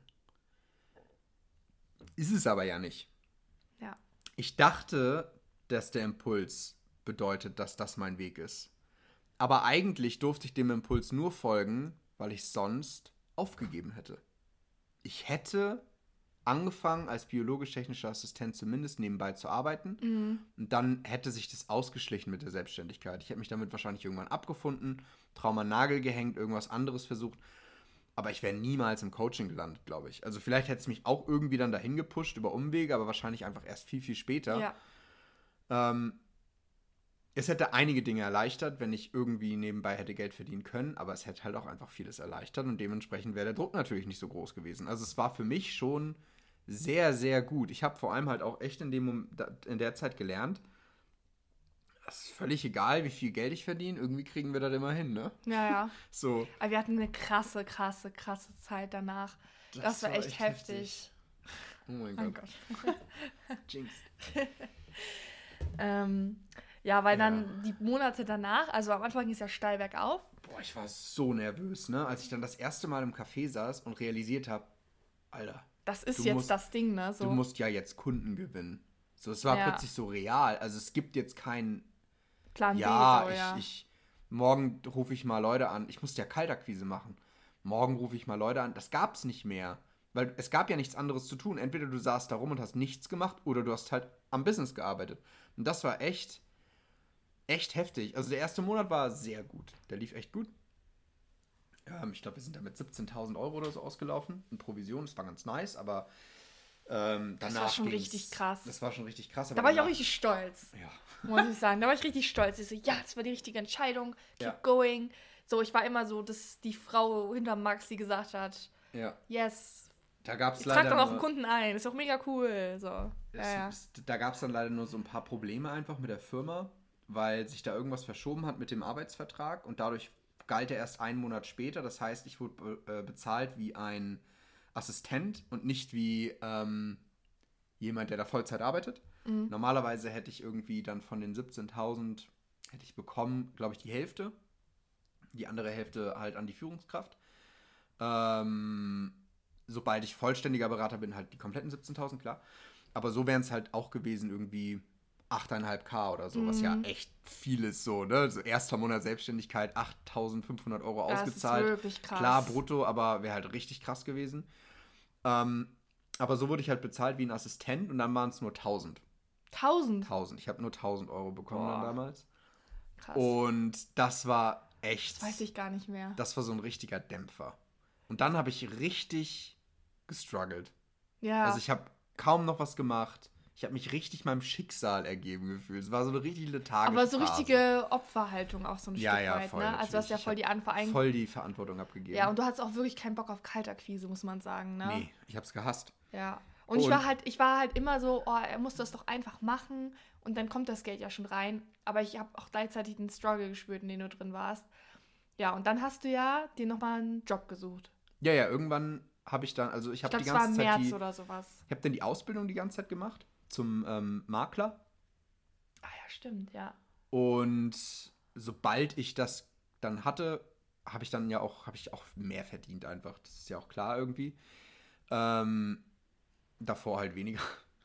Ist es aber ja nicht. Ja. Ich dachte, dass der Impuls bedeutet, dass das mein Weg ist. Aber eigentlich durfte ich dem Impuls nur folgen, weil ich sonst aufgegeben hätte. Ich hätte angefangen, als biologisch-technischer Assistent zumindest nebenbei zu arbeiten. Mhm. Und dann hätte sich das ausgeschlichen mit der Selbstständigkeit. Ich hätte mich damit wahrscheinlich irgendwann abgefunden, Trauma an den Nagel gehängt, irgendwas anderes versucht. Aber ich wäre niemals im Coaching gelandet, glaube ich. Also vielleicht hätte es mich auch irgendwie dann dahin gepusht über Umwege, aber wahrscheinlich einfach erst viel, viel später. Ja. Ähm, Es hätte einige Dinge erleichtert, wenn ich irgendwie nebenbei hätte Geld verdienen können, aber es hätte halt auch einfach vieles erleichtert und dementsprechend wäre der Druck natürlich nicht so groß gewesen. Also es war für mich schon sehr, sehr gut. Ich habe vor allem halt auch echt in, dem, in der Zeit gelernt, es ist völlig egal, wie viel Geld ich verdiene, irgendwie kriegen wir das immer hin, ne? Ja, ja. So. Aber wir hatten eine krasse, krasse, krasse Zeit danach. Das, das war, war echt, echt heftig. heftig. Oh mein Gott. Oh Gott. Jinx. ähm... Ja, weil ja. dann die Monate danach, also am Anfang ist ja steil bergauf. Boah, ich war so nervös, ne? Als ich dann das erste Mal im Café saß und realisiert habe, Alter. Das ist jetzt musst, das Ding, ne? So. Du musst ja jetzt Kunden gewinnen. So, es war ja. plötzlich so real. Also es gibt jetzt keinen Plan ja, B, so, ich, ja. Ich, morgen rufe ich mal Leute an. Ich musste ja Kaltakquise machen. Morgen rufe ich mal Leute an. Das gab's nicht mehr. Weil es gab ja nichts anderes zu tun. Entweder du saßt da rum und hast nichts gemacht oder du hast halt am Business gearbeitet. Und das war echt... Echt heftig. Also der erste Monat war sehr gut. Der lief echt gut. Ähm, ich glaube, wir sind da mit siebzehntausend Euro oder so ausgelaufen in Provision. Das war ganz nice, aber ähm, danach Das war schon richtig krass. Das war schon richtig krass. Da war ich auch richtig stolz. Ja. Muss ich sagen. Da war ich richtig stolz. Ich so, ja, das war die richtige Entscheidung. Keep ja. going. So, ich war immer so, dass die Frau hinterm Max, die gesagt hat, ja. yes. Da gab's ich leider trag doch auch einen Kunden ein. Ist doch mega cool. So. Es, ja, ja. Es, da gab es dann leider nur so ein paar Probleme einfach mit der Firma, weil sich da irgendwas verschoben hat mit dem Arbeitsvertrag und dadurch galt er erst einen Monat später. Das heißt, ich wurde be- äh, bezahlt wie ein Assistent und nicht wie ähm, jemand, der da Vollzeit arbeitet. Mhm. Normalerweise hätte ich irgendwie dann von den siebzehntausend hätte ich bekommen, glaube ich, die Hälfte. Die andere Hälfte halt an die Führungskraft. Ähm, sobald ich vollständiger Berater bin, halt die kompletten siebzehntausend, klar. Aber so wären es halt auch gewesen, irgendwie acht Komma fünf K oder so, mhm. was ja echt viel ist so, ne? So erster Monat Selbstständigkeit, achttausendfünfhundert Euro das ausgezahlt. Das ist wirklich krass. Klar, brutto, aber wäre halt richtig krass gewesen. Ähm, aber so wurde ich halt bezahlt wie ein Assistent und dann waren es nur tausend. tausend? tausend. Ich habe nur tausend Euro bekommen Boah. Dann damals. Krass. Und das war echt... Das weiß ich gar nicht mehr. Das war so ein richtiger Dämpfer. Und dann habe ich richtig gestruggelt. Ja. Also ich habe kaum noch was gemacht. Ich habe mich richtig meinem Schicksal ergeben gefühlt. Es war so eine richtig lethargische Aber so richtige Opferhaltung auch so ein ja, Stück ja, weit, voll, ne? Also du hast ja voll die Anverantwortung. Voll die Verantwortung abgegeben. Ja, und du hattest auch wirklich keinen Bock auf Kaltakquise, muss man sagen, ne? Nee, ich hab's gehasst. Ja. Und, und ich war halt, ich war halt immer so, oh, er muss das doch einfach machen und dann kommt das Geld ja schon rein. Aber ich habe auch gleichzeitig den Struggle gespürt, in dem du drin warst. Ja, und dann hast du ja dir nochmal einen Job gesucht. Ja, ja, irgendwann habe ich dann, also ich habe die ganze Zeit... Ich glaube, es war im März die, oder sowas. Ich habe dann die Ausbildung die ganze Zeit gemacht zum ähm, Makler. Ah ja, stimmt, ja. Und sobald ich das dann hatte, habe ich dann ja auch, habe ich auch mehr verdient einfach. Das ist ja auch klar irgendwie. Ähm, davor halt weniger.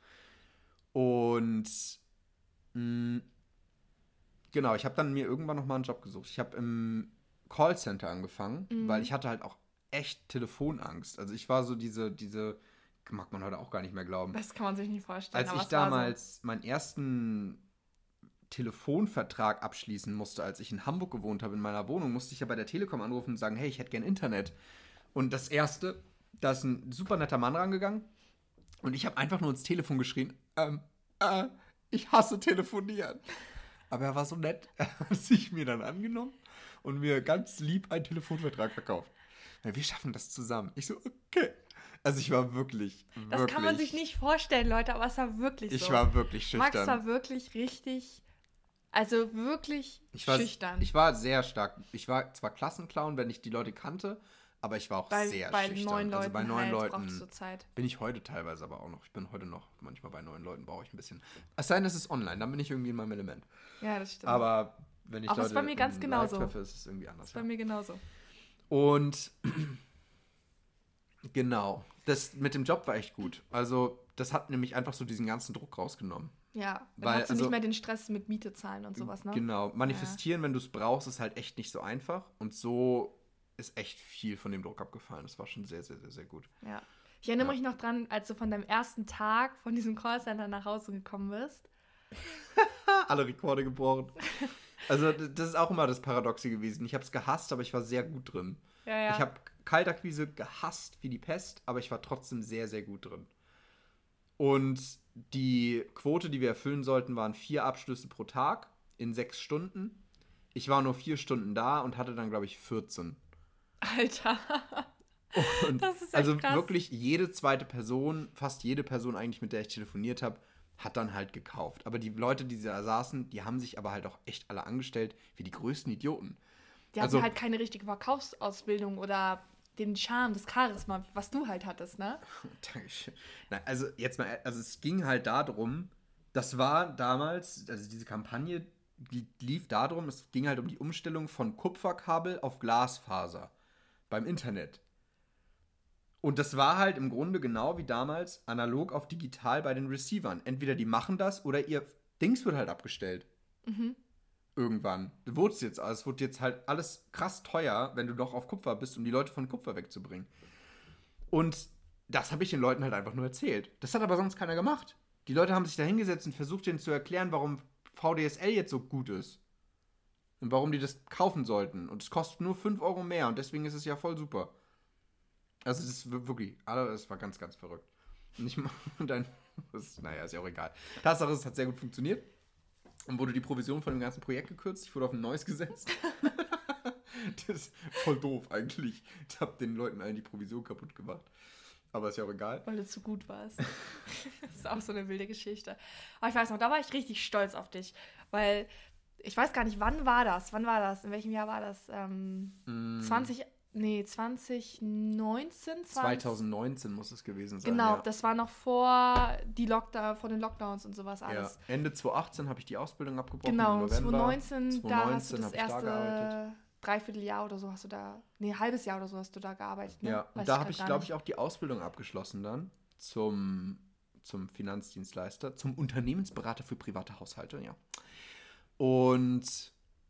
Und mh, genau, ich habe dann mir irgendwann nochmal einen Job gesucht. Ich habe im Callcenter angefangen, mhm. weil ich hatte halt auch echt Telefonangst. Also ich war so diese, diese, mag man heute auch gar nicht mehr glauben. Das kann man sich nicht vorstellen. Als ich damals so. meinen ersten Telefonvertrag abschließen musste, als ich in Hamburg gewohnt habe, in meiner Wohnung, musste ich ja bei der Telekom anrufen und sagen, hey, ich hätte gern Internet. Und das Erste, da ist ein super netter Mann rangegangen und ich habe einfach nur ins Telefon geschrien, ähm, äh, ich hasse telefonieren. Aber er war so nett, er hat sich mir dann angenommen und mir ganz lieb einen Telefonvertrag verkauft. Ja, wir schaffen das zusammen. Ich so, okay. Also ich war wirklich, Das wirklich, kann man sich nicht vorstellen, Leute, aber es war wirklich so. Ich war wirklich schüchtern. Max war wirklich richtig, also wirklich ich war, schüchtern. Ich war sehr stark. Ich war zwar Klassenclown, wenn ich die Leute kannte, aber ich war auch bei, sehr bei schüchtern. Neun Leuten also bei neun halt Leuten zur Zeit. Bin ich heute teilweise aber auch noch. Ich bin heute noch, manchmal bei neun Leuten brauche ich ein bisschen. Es sei denn, es ist online, dann bin ich irgendwie in meinem Element. Ja, das stimmt. Aber wenn ich auch Leute ist bei mir ganz genauso. treffe, ist es irgendwie anders. Das ist bei ja. mir genauso. Und genau, das mit dem Job war echt gut. Also das hat nämlich einfach so diesen ganzen Druck rausgenommen. Ja, dann Weil, hast du also, nicht mehr den Stress mit Miete zahlen und sowas, ne? Genau, manifestieren, ja. wenn du es brauchst, ist halt echt nicht so einfach. Und so ist echt viel von dem Druck abgefallen. Das war schon sehr, sehr, sehr, sehr gut. Ja. Ich erinnere ja. mich noch dran, als du von deinem ersten Tag von diesem Callcenter nach Hause gekommen bist. Alle Rekorde gebrochen. Also das ist auch immer das Paradoxe gewesen. Ich habe es gehasst, aber ich war sehr gut drin. Ja, ja. Ich habe Kaltakquise gehasst wie die Pest, aber ich war trotzdem sehr, sehr gut drin. Und die Quote, die wir erfüllen sollten, waren vier Abschlüsse pro Tag in sechs Stunden. Ich war nur vier Stunden da und hatte dann, glaube ich, vierzehn. Alter. Und das ist echt also krass. wirklich jede zweite Person, fast jede Person eigentlich, mit der ich telefoniert habe, hat dann halt gekauft. Aber die Leute, die da saßen, die haben sich aber halt auch echt alle angestellt wie die größten Idioten. Die also, hatten halt keine richtige Verkaufsausbildung oder den Charme, das Charisma, was du halt hattest, ne? Dankeschön. Nein, also jetzt mal, also es ging halt darum, das war damals, also diese Kampagne die lief darum, es ging halt um die Umstellung von Kupferkabel auf Glasfaser beim Internet. Und das war halt im Grunde genau wie damals analog auf digital bei den Receivern. Entweder die machen das oder ihr Dings wird halt abgestellt. Mhm. Irgendwann. Wurde es jetzt, also es wurde jetzt halt alles krass teuer, wenn du noch auf Kupfer bist, um die Leute von Kupfer wegzubringen. Und das habe ich den Leuten halt einfach nur erzählt. Das hat aber sonst keiner gemacht. Die Leute haben sich da hingesetzt und versucht, denen zu erklären, warum V D S L jetzt so gut ist. Und warum die das kaufen sollten. Und es kostet nur fünf Euro mehr und deswegen ist es ja voll super. Also das ist wirklich, das war ganz, ganz verrückt. Und ich und dann, das, naja, ist ja auch egal. Tatsache, es hat sehr gut funktioniert. Und wurde die Provision von dem ganzen Projekt gekürzt. Ich wurde auf ein neues gesetzt. Das ist voll doof eigentlich. Ich habe den Leuten allen die Provision kaputt gemacht. Aber ist ja auch egal. Weil du zu gut warst. Das ist auch so eine wilde Geschichte. Aber ich weiß noch, da war ich richtig stolz auf dich. Weil, ich weiß gar nicht, wann war das? Wann war das? In welchem Jahr war das? Ähm, mm. zwanzig nee, zwanzig neunzehn. zwanzig neunzehn muss es gewesen sein. Genau, ja. das war noch vor, die Lockdown, vor den Lockdowns und sowas alles. Ja. Ende zwanzig achtzehn habe ich die Ausbildung abgebrochen. Genau, im November. zwanzig neunzehn, zwanzig da neunzehn hast du das habe ich da erste gearbeitet. Dreivierteljahr oder so hast du da, nee, halbes Jahr oder so hast du da gearbeitet. Ne? Ja, Weiß und da ich habe ich, grad gar glaube nicht. ich, auch die Ausbildung abgeschlossen dann zum, zum Finanzdienstleister, zum Unternehmensberater für private Haushalte, ja. Und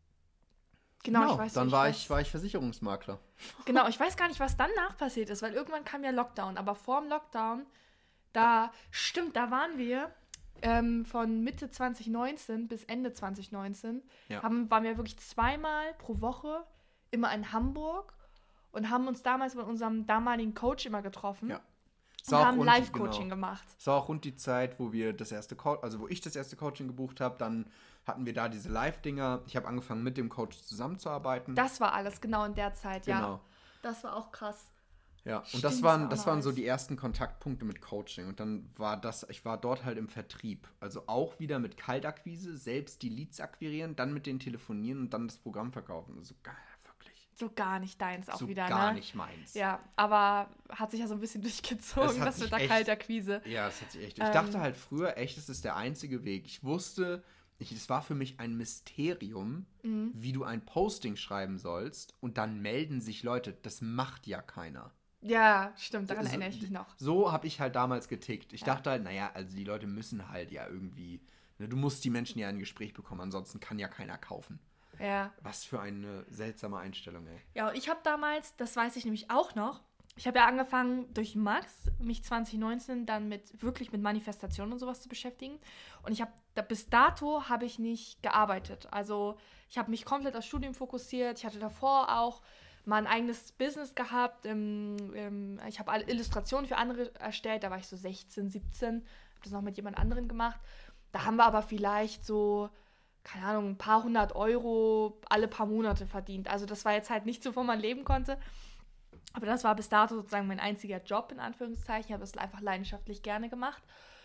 Genau, genau, ich weiß dann ich war weiß. ich, war ich Versicherungsmakler. Genau, ich weiß gar nicht, was danach passiert ist, weil irgendwann kam ja Lockdown. Aber vor dem Lockdown, da, stimmt, da waren wir ähm, von Mitte zwanzig neunzehn bis Ende zwanzig neunzehn, Ja. haben, waren wir wirklich zweimal pro Woche immer in Hamburg und haben uns damals mit unserem damaligen Coach immer getroffen Ja. und auch haben rund- Live-Coaching genau. gemacht. Es war auch rund die Zeit, wo wir das erste Co- also wo ich das erste Coaching gebucht habe, dann hatten wir da diese Live-Dinger. Ich habe angefangen, mit dem Coach zusammenzuarbeiten. Das war alles, genau in der Zeit, ja. Genau. Das war auch krass. Ja, und Stimmt, das das waren, war auch das noch waren so alles. die ersten Kontaktpunkte mit Coaching. Und dann war das, ich war dort halt im Vertrieb. Also auch wieder mit Kaltakquise, selbst die Leads akquirieren, dann mit denen telefonieren und dann das Programm verkaufen. So geil, wirklich. So gar nicht deins auch so wieder, gar ne? nicht meins. Ja, aber hat sich ja so ein bisschen durchgezogen, Es hat das sich mit der echt- Kaltakquise. Ja, das hat sich echt. Ich Ähm. dachte halt früher, echt, das ist der einzige Weg. Ich wusste, ich, es war für mich ein Mysterium, Mhm. wie du ein Posting schreiben sollst und dann melden sich Leute. Das macht ja keiner. Ja, stimmt, daran So- erinnere ich mich noch. So habe ich halt damals getickt. Ich Ja. dachte halt, naja, also die Leute müssen halt ja irgendwie, ne, du musst die Menschen ja in ein Gespräch bekommen, ansonsten kann ja keiner kaufen. Ja. Was für eine seltsame Einstellung, ey. Ja, und ich habe damals, das weiß ich nämlich auch noch, ich habe ja angefangen durch Max, mich zwanzig neunzehn dann mit wirklich mit Manifestation und sowas zu beschäftigen. Und ich habe, da, bis dato habe ich nicht gearbeitet. Also ich habe mich komplett aufs Studium fokussiert. Ich hatte davor auch mal ein eigenes Business gehabt. Ähm, ähm, ich habe alle Illustrationen für andere erstellt. Da war ich so sechzehn, siebzehn. Habe das noch mit jemand anderem gemacht. Da haben wir aber vielleicht so, keine Ahnung, ein paar hundert Euro alle paar Monate verdient. Also das war jetzt halt nicht so, wovon man leben konnte. Aber das war bis dato sozusagen mein einziger Job, in Anführungszeichen. Ich habe das einfach leidenschaftlich gerne gemacht.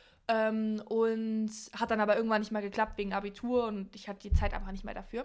Ähm, und hat dann aber irgendwann nicht mehr geklappt wegen Abitur und ich hatte die Zeit einfach nicht mehr dafür.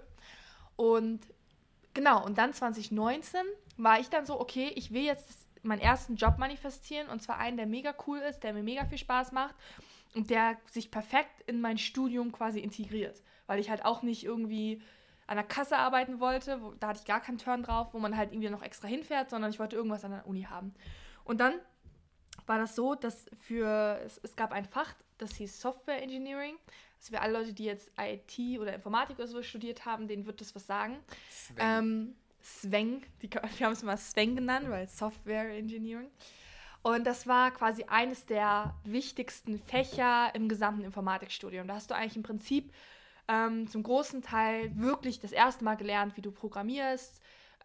Und genau, und dann zwanzig neunzehn war ich dann so, okay, ich will jetzt meinen ersten Job manifestieren und zwar einen, der mega cool ist, der mir mega viel Spaß macht und der sich perfekt in mein Studium quasi integriert. Weil ich halt auch nicht irgendwie an der Kasse arbeiten wollte, wo, da hatte ich gar keinen Turn drauf, wo man halt irgendwie noch extra hinfährt, sondern ich wollte irgendwas an der Uni haben. Und dann war das so, dass für, es, es gab ein Fach, das hieß Software Engineering. Also für alle Leute, die jetzt I T oder Informatik oder so studiert haben, denen wird das was sagen. Sven. Ähm, Sweng, die, wir haben es mal Sweng genannt, weil Software Engineering. Und das war quasi eines der wichtigsten Fächer im gesamten Informatikstudium. Da hast du eigentlich im Prinzip ähm, zum großen Teil wirklich das erste Mal gelernt, wie du programmierst.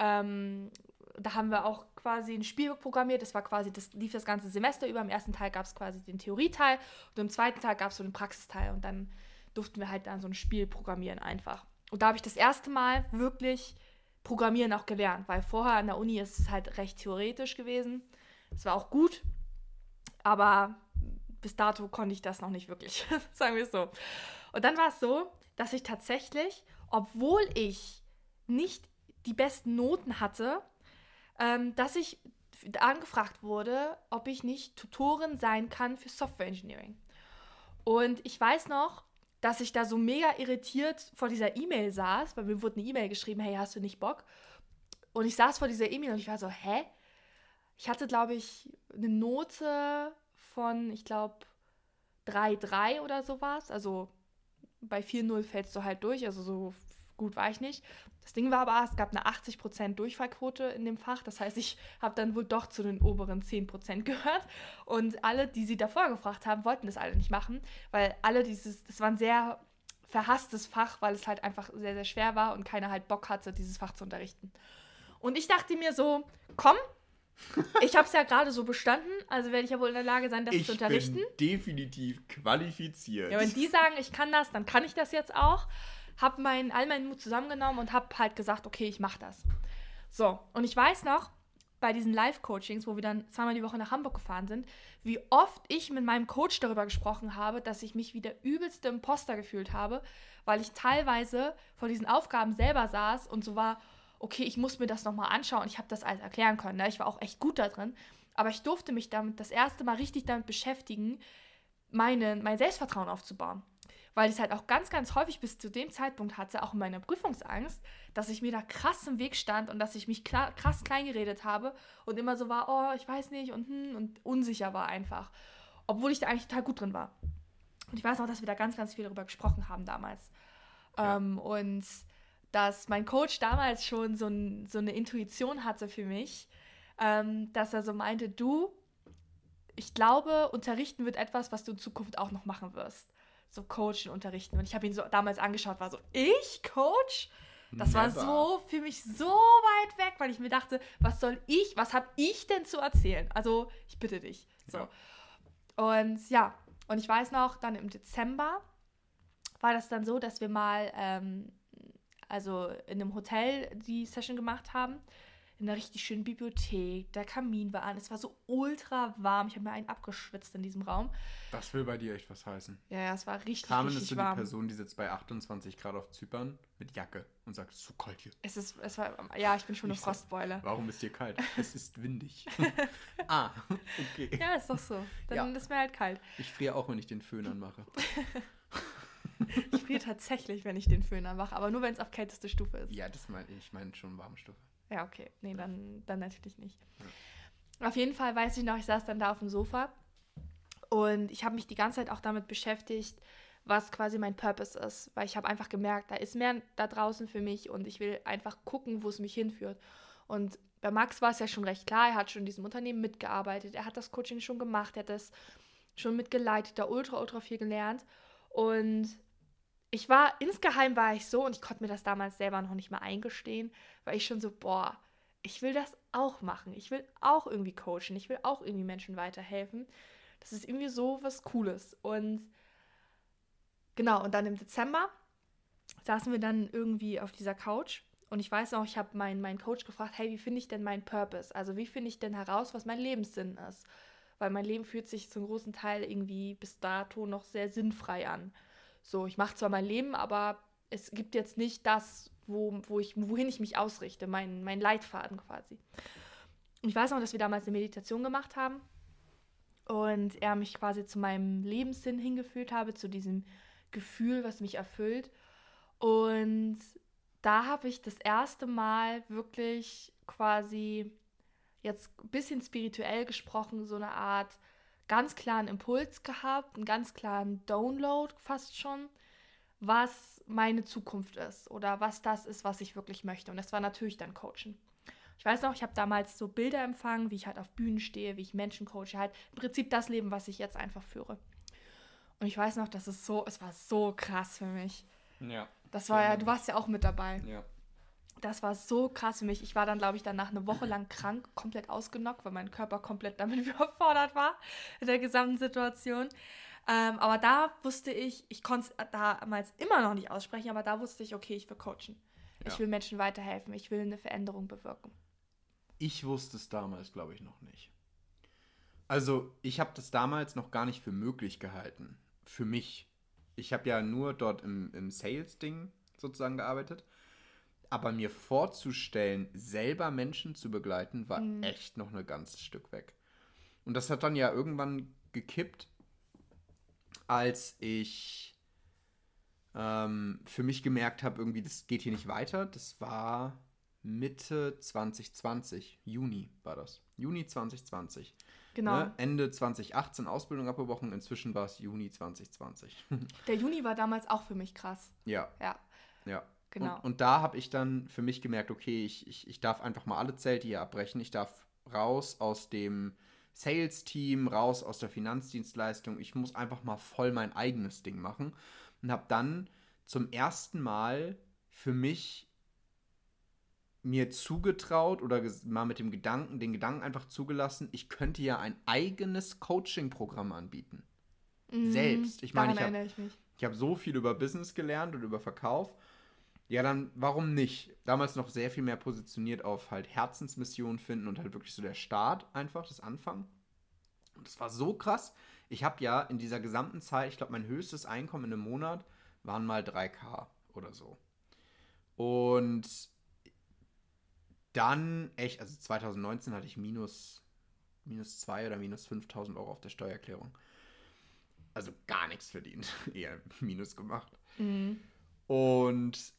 Ähm, da haben wir auch quasi ein Spiel programmiert. Das war quasi, das lief das ganze Semester über. Im ersten Teil gab es quasi den Theorieteil und im zweiten Teil gab es so den Praxisteil. Und dann durften wir halt dann so ein Spiel programmieren einfach. Und da habe ich das erste Mal wirklich Programmieren auch gelernt, weil vorher an der Uni ist es halt recht theoretisch gewesen. Es war auch gut, aber bis dato konnte ich das noch nicht wirklich, sagen wir es so. Und dann war es so, dass ich tatsächlich, obwohl ich nicht die besten Noten hatte, ähm, dass ich angefragt wurde, ob ich nicht Tutorin sein kann für Software Engineering. Und ich weiß noch, dass ich da so mega irritiert vor dieser E-Mail saß, weil mir wurde eine E-Mail geschrieben, hey, hast du nicht Bock? Und ich saß vor dieser E-Mail und ich war so, hä? Ich hatte, glaube ich, eine Note von, ich glaube, drei Komma drei oder sowas. Also bei vier Komma null fällst du halt durch, also so gut war ich nicht. Das Ding war aber, es gab eine achtzig Prozent Durchfallquote in dem Fach. Das heißt, ich habe dann wohl doch zu den oberen zehn Prozent gehört. Und alle, die sie davor gefragt haben, wollten das alle nicht machen, weil alle dieses, das war ein sehr verhasstes Fach, weil es halt einfach sehr, sehr schwer war und keiner halt Bock hatte, dieses Fach zu unterrichten. Und ich dachte mir so, komm, ich habe es ja gerade so bestanden, also werde ich ja wohl in der Lage sein, das ich zu unterrichten. bin definitiv qualifiziert. Ja, wenn die sagen, ich kann das, dann kann ich das jetzt auch. Hab mein, all meinen Mut zusammengenommen und habe halt gesagt, okay, ich mache das. So, und ich weiß noch, bei diesen Live-Coachings, wo wir dann zweimal die Woche nach Hamburg gefahren sind, wie oft ich mit meinem Coach darüber gesprochen habe, dass ich mich wie der übelste Imposter gefühlt habe, weil ich teilweise vor diesen Aufgaben selber saß und so war, okay, ich muss mir das nochmal anschauen. Ich habe das alles erklären können. Ne? Ich war auch echt gut da drin. Aber ich durfte mich damit das erste Mal richtig damit beschäftigen, meine, mein Selbstvertrauen aufzubauen. Weil ich es halt auch ganz, ganz häufig bis zu dem Zeitpunkt hatte, auch in meiner Prüfungsangst, dass ich mir da krass im Weg stand und dass ich mich klar, krass klein geredet habe und immer so war, oh, ich weiß nicht und, hm, und unsicher war einfach. Obwohl ich da eigentlich total gut drin war. Und ich weiß auch, dass wir da ganz, ganz viel darüber gesprochen haben damals. Ja. Ähm, und dass mein Coach damals schon so, ein, so eine Intuition hatte für mich, ähm, dass er so meinte, du, ich glaube, unterrichten wird etwas, was du in Zukunft auch noch machen wirst. So coachen, unterrichten. Und ich habe ihn so damals angeschaut, war so, ich Coach? Das Never. War so für mich so weit weg, weil ich mir dachte, was soll ich, was habe ich denn zu erzählen? Also, ich bitte dich. So. Ja. Und ja, und ich weiß noch, dann im Dezember war das dann so, dass wir mal ähm, also in einem Hotel die Session gemacht haben. In einer richtig schönen Bibliothek. Der Kamin war an. Es war so ultra warm. Ich habe mir einen abgeschwitzt in diesem Raum. Das will bei dir echt was heißen. Ja, ja, es war richtig, Carmen richtig ist so warm. die Person, die sitzt bei achtundzwanzig Grad auf Zypern mit Jacke und sagt, es ist so kalt hier. Es ist, es war, ja, ich bin schon eine Frostbeule. Warum ist dir kalt? Es ist windig. Ah, okay. Ja, ist doch so. Dann ja. ist mir halt kalt. Ich friere auch, wenn ich den Föhn anmache. Ich friere tatsächlich, wenn ich den Föhn anmache, aber nur, wenn es auf kälteste Stufe ist. Ja, das meine ich. Ich meine schon warme Stufe. Ja, okay. Nee, dann, dann natürlich nicht. Ja. Auf jeden Fall weiß ich noch, ich saß dann da auf dem Sofa und ich habe mich die ganze Zeit auch damit beschäftigt, was quasi mein Purpose ist, weil ich habe einfach gemerkt, da ist mehr da draußen für mich und ich will einfach gucken, wo es mich hinführt. Und bei Max war es ja schon recht klar, er hat schon in diesem Unternehmen mitgearbeitet, er hat das Coaching schon gemacht, er hat das schon mitgeleitet, da ultra, ultra viel gelernt und ich war, insgeheim war ich so, und ich konnte mir das damals selber noch nicht mal eingestehen, weil ich schon so, boah, ich will das auch machen. Ich will auch irgendwie coachen. Ich will auch irgendwie Menschen weiterhelfen. Das ist irgendwie so was Cooles. Und genau, und dann im Dezember saßen wir dann irgendwie auf dieser Couch. Und ich weiß noch, ich habe meinen, meinen Coach gefragt, hey, wie finde ich denn meinen Purpose? Also wie finde ich denn heraus, was mein Lebenssinn ist? Weil mein Leben fühlt sich zum großen Teil irgendwie bis dato noch sehr sinnfrei an. So, ich mache zwar mein Leben, aber es gibt jetzt nicht das, wo, wo ich, wohin ich mich ausrichte, mein, mein Leitfaden quasi. Und ich weiß noch, dass wir damals eine Meditation gemacht haben und er mich quasi zu meinem Lebenssinn hingeführt habe, zu diesem Gefühl, was mich erfüllt. Und da habe ich das erste Mal wirklich quasi jetzt ein bisschen spirituell gesprochen, so eine Art ganz klaren Impuls gehabt, einen ganz klaren Download fast schon, was meine Zukunft ist oder was das ist, was ich wirklich möchte. Und das war natürlich dann Coachen. Ich weiß noch, ich habe damals so Bilder empfangen, wie ich halt auf Bühnen stehe, wie ich Menschen coache, halt im Prinzip das Leben, was ich jetzt einfach führe. Und ich weiß noch, das ist so, es war so krass für mich. Ja. Das war ja, du warst ja auch mit dabei. Ja. Das war so krass für mich. Ich war dann, glaube ich, danach eine Woche lang krank, komplett ausgenockt, weil mein Körper komplett damit überfordert war in der gesamten Situation. Ähm, aber da wusste ich, ich konnte es damals immer noch nicht aussprechen, aber da wusste ich, okay, ich will coachen. Ja. Ich will Menschen weiterhelfen. Ich will eine Veränderung bewirken. Ich wusste es damals, glaube ich, noch nicht. Also, ich habe das damals noch gar nicht für möglich gehalten. Für mich. Ich habe ja nur dort im, im Sales-Ding sozusagen gearbeitet. Aber mir vorzustellen, selber Menschen zu begleiten, war mhm. echt noch ein ganzes Stück weg. Und das hat dann ja irgendwann gekippt, als ich ähm, für mich gemerkt habe, irgendwie, das geht hier nicht weiter. Das war Mitte zwanzig zwanzig, Juni war das. Juni zwanzig zwanzig. Genau. Ne? Ende zwanzig achtzehn Ausbildung abgebrochen, inzwischen war es Juni zwanzig zwanzig. Der Juni war damals auch für mich krass. Ja. Ja. Ja. Genau. Und, und da habe ich dann für mich gemerkt, okay, ich, ich, ich darf einfach mal alle Zelte hier abbrechen. Ich darf raus aus dem Sales-Team, raus aus der Finanzdienstleistung. Ich muss einfach mal voll mein eigenes Ding machen. Und habe dann zum ersten Mal für mich mir zugetraut oder ges- mal mit dem Gedanken, den Gedanken einfach zugelassen, ich könnte ja ein eigenes Coaching-Programm anbieten. Mhm, Selbst. Ich meine, ich habe ich hab so viel über Business gelernt und über Verkauf. Ja, dann warum nicht? Damals noch sehr viel mehr positioniert auf halt Herzensmission finden und halt wirklich so der Start einfach, das Anfangen. Und das war so krass. Ich habe ja in dieser gesamten Zeit, ich glaube, mein höchstes Einkommen in einem Monat waren mal drei K oder so. Und dann echt, also zwanzig neunzehn hatte ich minus, minus zwei oder minus fünftausend Euro auf der Steuererklärung. Also gar nichts verdient, eher Minus gemacht. Mhm. Und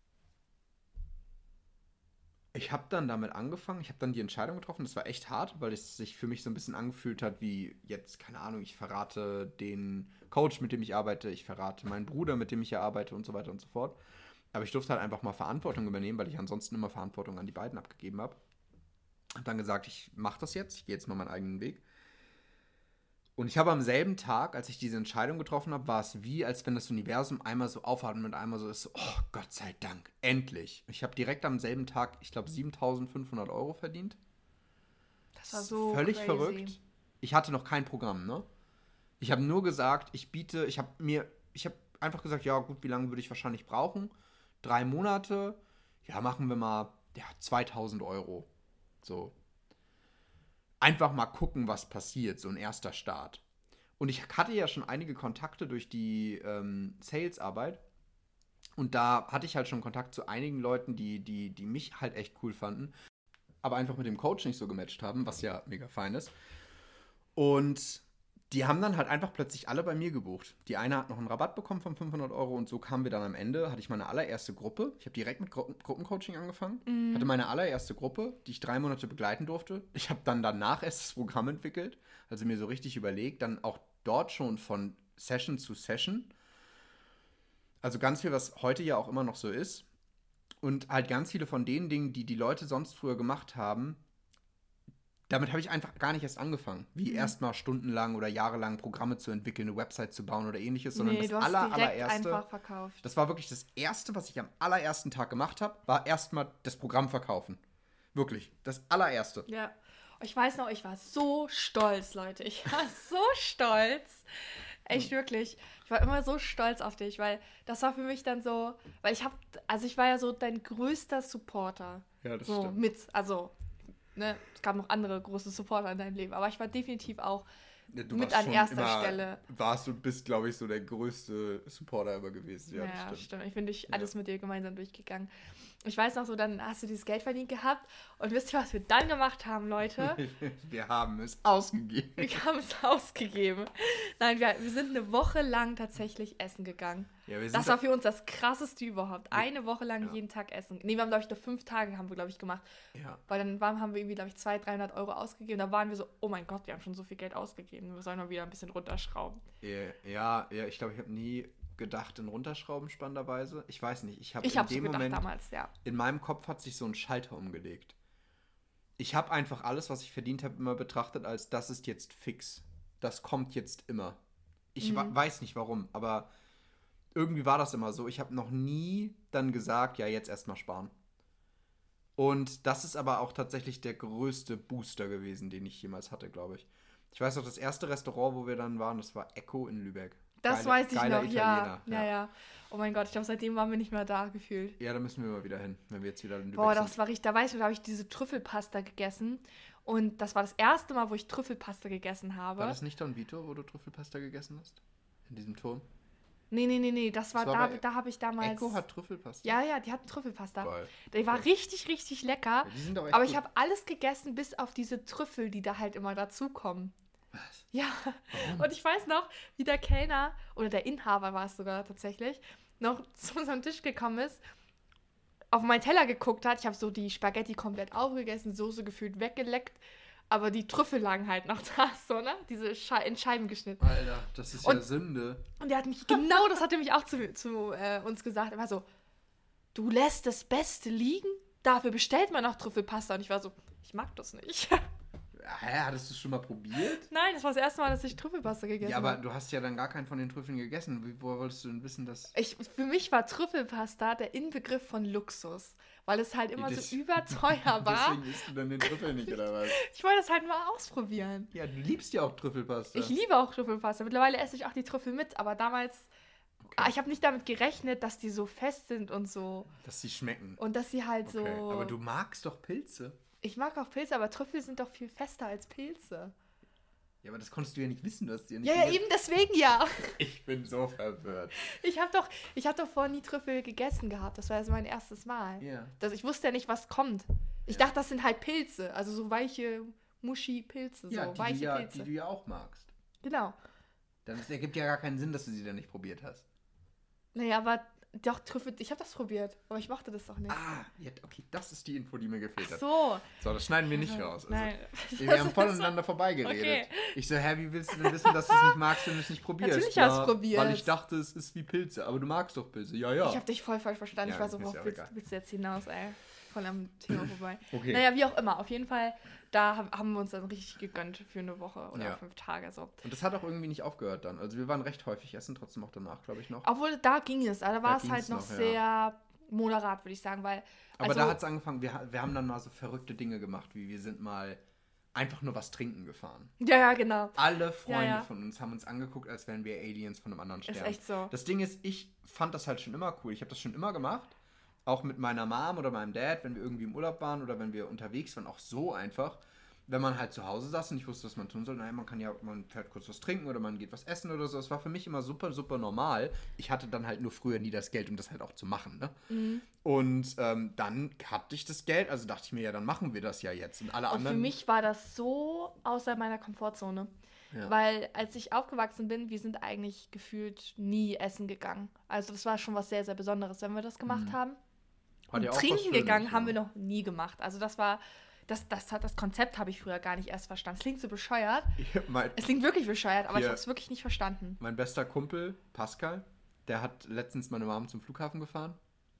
ich habe dann damit angefangen, ich habe dann die Entscheidung getroffen, das war echt hart, weil es sich für mich so ein bisschen angefühlt hat wie jetzt, keine Ahnung, ich verrate den Coach, mit dem ich arbeite, ich verrate meinen Bruder, mit dem ich hier arbeite und so weiter und so fort. Aber ich durfte halt einfach mal Verantwortung übernehmen, weil ich ansonsten immer Verantwortung an die beiden abgegeben habe. Habe dann gesagt, ich mache das jetzt, ich gehe jetzt mal meinen eigenen Weg. Und ich habe am selben Tag, als ich diese Entscheidung getroffen habe, war es wie, als wenn das Universum einmal so aufatmet und einmal so ist, so, oh Gott sei Dank, endlich. Ich habe direkt am selben Tag, ich glaube, siebentausendfünfhundert Euro verdient. Das war so völlig crazy. Verrückt. Ich hatte noch kein Programm, ne? Ich habe nur gesagt, ich biete, ich habe mir, ich habe einfach gesagt, ja gut, wie lange würde ich wahrscheinlich brauchen? Drei Monate, ja, machen wir mal, ja, zweitausend Euro. So. Einfach mal gucken, was passiert, so ein erster Start. Und ich hatte ja schon einige Kontakte durch die ähm, Sales-Arbeit. Und da hatte ich halt schon Kontakt zu einigen Leuten, die, die, die mich halt echt cool fanden, aber einfach mit dem Coach nicht so gematcht haben, was ja mega fein ist. Und die haben dann halt einfach plötzlich alle bei mir gebucht. Die eine hat noch einen Rabatt bekommen von fünfhundert Euro und so kamen wir dann am Ende, hatte ich meine allererste Gruppe. Ich habe direkt mit Gru- Gruppencoaching angefangen. Mhm. Hatte meine allererste Gruppe, die ich drei Monate begleiten durfte. Ich habe dann danach erst das Programm entwickelt, also mir so richtig überlegt, dann auch dort schon von Session zu Session. Also ganz viel, was heute ja auch immer noch so ist. Und halt ganz viele von den Dingen, die die Leute sonst früher gemacht haben, damit habe ich einfach gar nicht erst angefangen. Wie Mhm. erstmal stundenlang oder jahrelang Programme zu entwickeln, eine Website zu bauen oder ähnliches, sondern Nee, das du hast aller, direkt allererste. einfach verkauft. Das war wirklich das Erste, was ich am allerersten Tag gemacht habe, war erstmal das Programm verkaufen. Wirklich, das allererste. Ja. Ich weiß noch, ich war so stolz, Leute. Ich war so stolz. Echt wirklich. Ich war immer so stolz auf dich, weil das war für mich dann so, weil ich habe, also ich war ja so dein größter Supporter. Ja, das So stimmt. mit, also, ne, es gab noch andere große Supporter in deinem Leben, aber ich war definitiv auch Ja, du mit warst an schon erster immer, Stelle. Warst und bist, glaube ich, so der größte Supporter immer gewesen. Ja, Ja, das stimmt. stimmt. Ich bin durch Ja. alles mit dir gemeinsam durchgegangen. Ich weiß noch so, dann hast du dieses Geld verdient gehabt und wisst ihr, was wir dann gemacht haben, Leute? Wir haben es ausgegeben. Wir haben es ausgegeben. Nein, wir, wir sind eine Woche lang tatsächlich essen gegangen. Ja, wir sind Das war für uns das Krasseste überhaupt. Ja. Eine Woche lang Ja. jeden Tag essen. Nee, wir haben, glaube ich, nur fünf Tage haben wir, glaube ich, gemacht. ja. Weil dann waren, haben wir irgendwie, glaube ich, zweihundert, dreihundert Euro ausgegeben. Da waren wir so, oh mein Gott, wir haben schon so viel Geld ausgegeben. Wir sollen mal wieder ein bisschen runterschrauben. Ja, ja, ja, ich glaube, ich habe nie gedacht in Runterschrauben, spannenderweise. Ich weiß nicht, ich habe Ich in habe so dem gedacht Moment, damals, ja. in meinem Kopf hat sich so ein Schalter umgelegt. Ich habe einfach alles, was ich verdient habe, immer betrachtet als, das ist jetzt fix. Das kommt jetzt immer. Ich Mhm. wa- weiß nicht warum, aber irgendwie war das immer so. Ich habe noch nie dann gesagt, ja, jetzt erstmal sparen. Und das ist aber auch tatsächlich der größte Booster gewesen, den ich jemals hatte, glaube ich. Ich weiß noch, das erste Restaurant, wo wir dann waren, das war Echo in Lübeck. Das Geile- weiß ich geiler noch, ja. Italiener, ja. Ja, Oh mein Gott, ich glaube, seitdem waren wir nicht mehr da gefühlt. Ja, da müssen wir mal wieder hin, wenn wir jetzt wieder in Lübeck Boah, sind. das war richtig, da weiß ich, da habe ich diese Trüffelpasta gegessen. Und das war das erste Mal, wo ich Trüffelpasta gegessen habe. War das nicht Don Vito, wo du Trüffelpasta gegessen hast? In diesem Turm? Nee, nee, nee, nee, das war, Das war da, bei- da habe ich damals... Echo hat Trüffelpasta? Ja, ja, die hatten Trüffelpasta. Geil. Die war Geil. richtig, richtig lecker. Ja, die sind doch echt Aber gut. ich habe alles gegessen, bis auf diese Trüffel, die da halt immer dazukommen. Was? Ja, Warum? und ich weiß noch, wie der Kellner, oder der Inhaber war es sogar tatsächlich, noch zu unserem Tisch gekommen ist, auf meinen Teller geguckt hat. Ich habe so die Spaghetti komplett aufgegessen, Soße gefühlt weggeleckt, aber die Trüffel lagen halt noch da, so, ne? Diese Schei in Scheiben geschnitten. Alter, das ist ja Und- Sünde. Und er hat mich, genau das hat er mich auch zu, zu äh, uns gesagt. Er war so, du lässt das Beste liegen? Dafür bestellt man noch Trüffelpasta. Und ich war so, ich mag das nicht. Hä, hattest du es schon mal probiert? Nein, das war das erste Mal, dass ich Trüffelpasta gegessen Ja, aber habe. du hast ja dann gar keinen von den Trüffeln gegessen. Wie, woher wolltest du denn wissen, dass... Ich, für mich war Trüffelpasta der Inbegriff von Luxus, weil es halt immer Das- so überteuer war. Deswegen isst du dann den Trüffel nicht, oder was? Ich wollte das halt mal ausprobieren. Ja, du liebst ja auch Trüffelpasta. Ich liebe auch Trüffelpasta. Mittlerweile esse ich auch die Trüffel mit, aber damals, Okay. ah, ich habe nicht damit gerechnet, dass die so fest sind und so. Dass sie schmecken. Und dass sie halt Okay. so... Aber du magst doch Pilze. Ich mag auch Pilze, aber Trüffel sind doch viel fester als Pilze. Ja, aber das konntest du ja nicht wissen, du hast dir nicht Ja, ja, gegessen. eben deswegen ja. Ich bin so verwirrt. Ich habe doch, ich hab doch vorher nie Trüffel gegessen gehabt. Das war also mein erstes Mal. Ja. Das, ich wusste ja nicht, was kommt. Ich ja. dachte, das sind halt Pilze, also so weiche Muschi-Pilze, ja, so die weiche du ja, Pilze. die du ja auch magst. Genau. Dann es ergibt ja gar keinen Sinn, dass du sie dann nicht probiert hast. Naja, aber doch, Trüffel, ich habe das probiert, aber ich mochte das doch nicht. Ah, ja, okay, das ist die Info, die mir gefehlt Ach hat. so. So, das schneiden wir nicht raus. Also, Nein. wir haben voll aneinander vorbeigeredet. Okay. Ich so, hä, wie willst du denn wissen, dass du es nicht magst, wenn du es nicht probierst? Natürlich ja, hast du probiert. Weil ich dachte, es ist wie Pilze, aber du magst doch Pilze. Ja, ja. Ich habe dich voll falsch verstanden. Ja, ich war so, ist worauf ja auch willst, egal. willst du jetzt hinaus, ey? Voll am Thema vorbei. Okay. Naja, wie auch immer. Auf jeden Fall, da hab- haben wir uns dann richtig gegönnt für eine Woche oder Ja. fünf Tage so. Und das hat auch irgendwie nicht aufgehört dann. Also wir waren recht häufig essen, trotzdem auch danach, glaube ich, noch. Obwohl, da ging es. Aber da war Da es halt ging's noch noch, ja. sehr moderat, würde ich sagen, weil... Aber also, da hat es angefangen, wir, ha- wir haben dann mal so verrückte Dinge gemacht, wie wir sind mal einfach nur was trinken gefahren. Ja, ja, genau. Alle Freunde Ja, ja. von uns haben uns angeguckt, als wären wir Aliens von einem anderen Stern. Ist echt so. Das Ding ist, ich fand das halt schon immer cool. Ich habe das schon immer gemacht. Auch mit meiner Mom oder meinem Dad, wenn wir irgendwie im Urlaub waren oder wenn wir unterwegs waren, auch so einfach. Wenn man halt zu Hause saß und ich wusste, was man tun soll, naja, man kann ja, man fährt kurz was trinken oder man geht was essen oder so. Das war für mich immer super, super normal. Ich hatte dann halt nur früher nie das Geld, um das halt auch zu machen, ne? Mhm. Und ähm, dann hatte ich das Geld, also dachte ich mir, ja, dann machen wir das ja jetzt. Und alle Und anderen... für mich war das so außerhalb meiner Komfortzone. Ja. Weil als ich aufgewachsen bin, wir sind eigentlich gefühlt nie essen gegangen. Also das war schon was sehr, sehr Besonderes, wenn wir das gemacht Mhm. haben. Hat Und ja auch was trinken Schönes, gegangen ja. haben wir noch nie gemacht. Also das war, das, das hat das Konzept habe ich früher gar nicht erst verstanden. Es klingt so bescheuert. mein, Es klingt wirklich bescheuert, aber ich Hier. habe es wirklich nicht verstanden. mein bester Kumpel, Pascal, der hat letztens meine Mom zum Flughafen gefahren.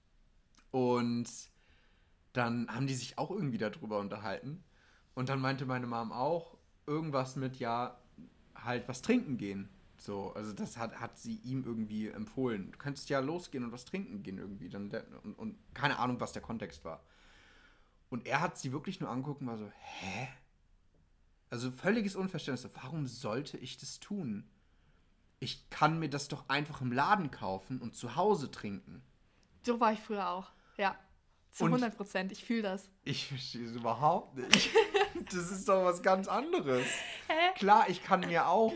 Und dann haben die sich auch irgendwie darüber unterhalten. Und dann meinte meine Mom auch irgendwas mit, ja, halt was trinken gehen. So, also das hat, hat sie ihm irgendwie empfohlen. Du könntest ja losgehen und was trinken gehen irgendwie. Dann, und, und keine Ahnung, was der Kontext war. Und er hat sie wirklich nur angeguckt und war so, hä? Also völliges Unverständnis. Warum sollte ich das tun? Ich kann mir das doch einfach im Laden kaufen und zu Hause trinken. So war ich früher auch. Ja. Zu Und- hundert Prozent. Ich fühle das. Ich verstehe es überhaupt nicht. Das ist doch was ganz anderes. Hä? Klar, ich kann mir auch,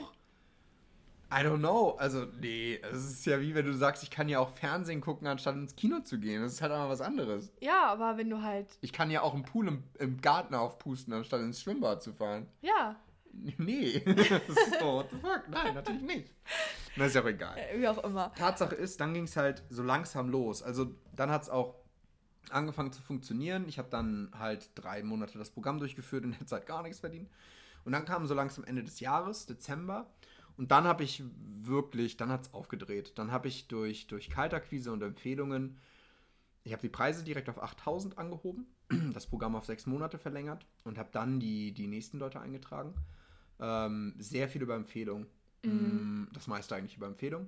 I don't know, also nee, es ist ja wie wenn du sagst, ich kann ja auch Fernsehen gucken, anstatt ins Kino zu gehen. Das ist halt einfach was anderes. Ja, aber wenn du halt, Ich kann ja auch im Pool im, im Garten aufpusten, anstatt ins Schwimmbad zu fahren. ja, Nee. Das ist so, what the fuck? Nein, natürlich nicht. Na, ist ja auch egal. äh, wie auch immer. Tatsache ist, dann ging es halt so langsam los. Also dann hat es auch angefangen zu funktionieren. Ich habe dann halt drei Monate das Programm durchgeführt und jetzt halt gar nichts verdient. Und dann kam so langsam Ende des Jahres, Dezember. Und dann habe ich wirklich, dann hat es aufgedreht. Dann habe ich durch, durch Kaltakquise und Empfehlungen, ich habe die Preise direkt auf achttausend angehoben, das Programm auf sechs Monate verlängert und habe dann die, die nächsten Leute eingetragen. Ähm, sehr viel über Empfehlung. Mhm. Das meiste eigentlich über Empfehlung.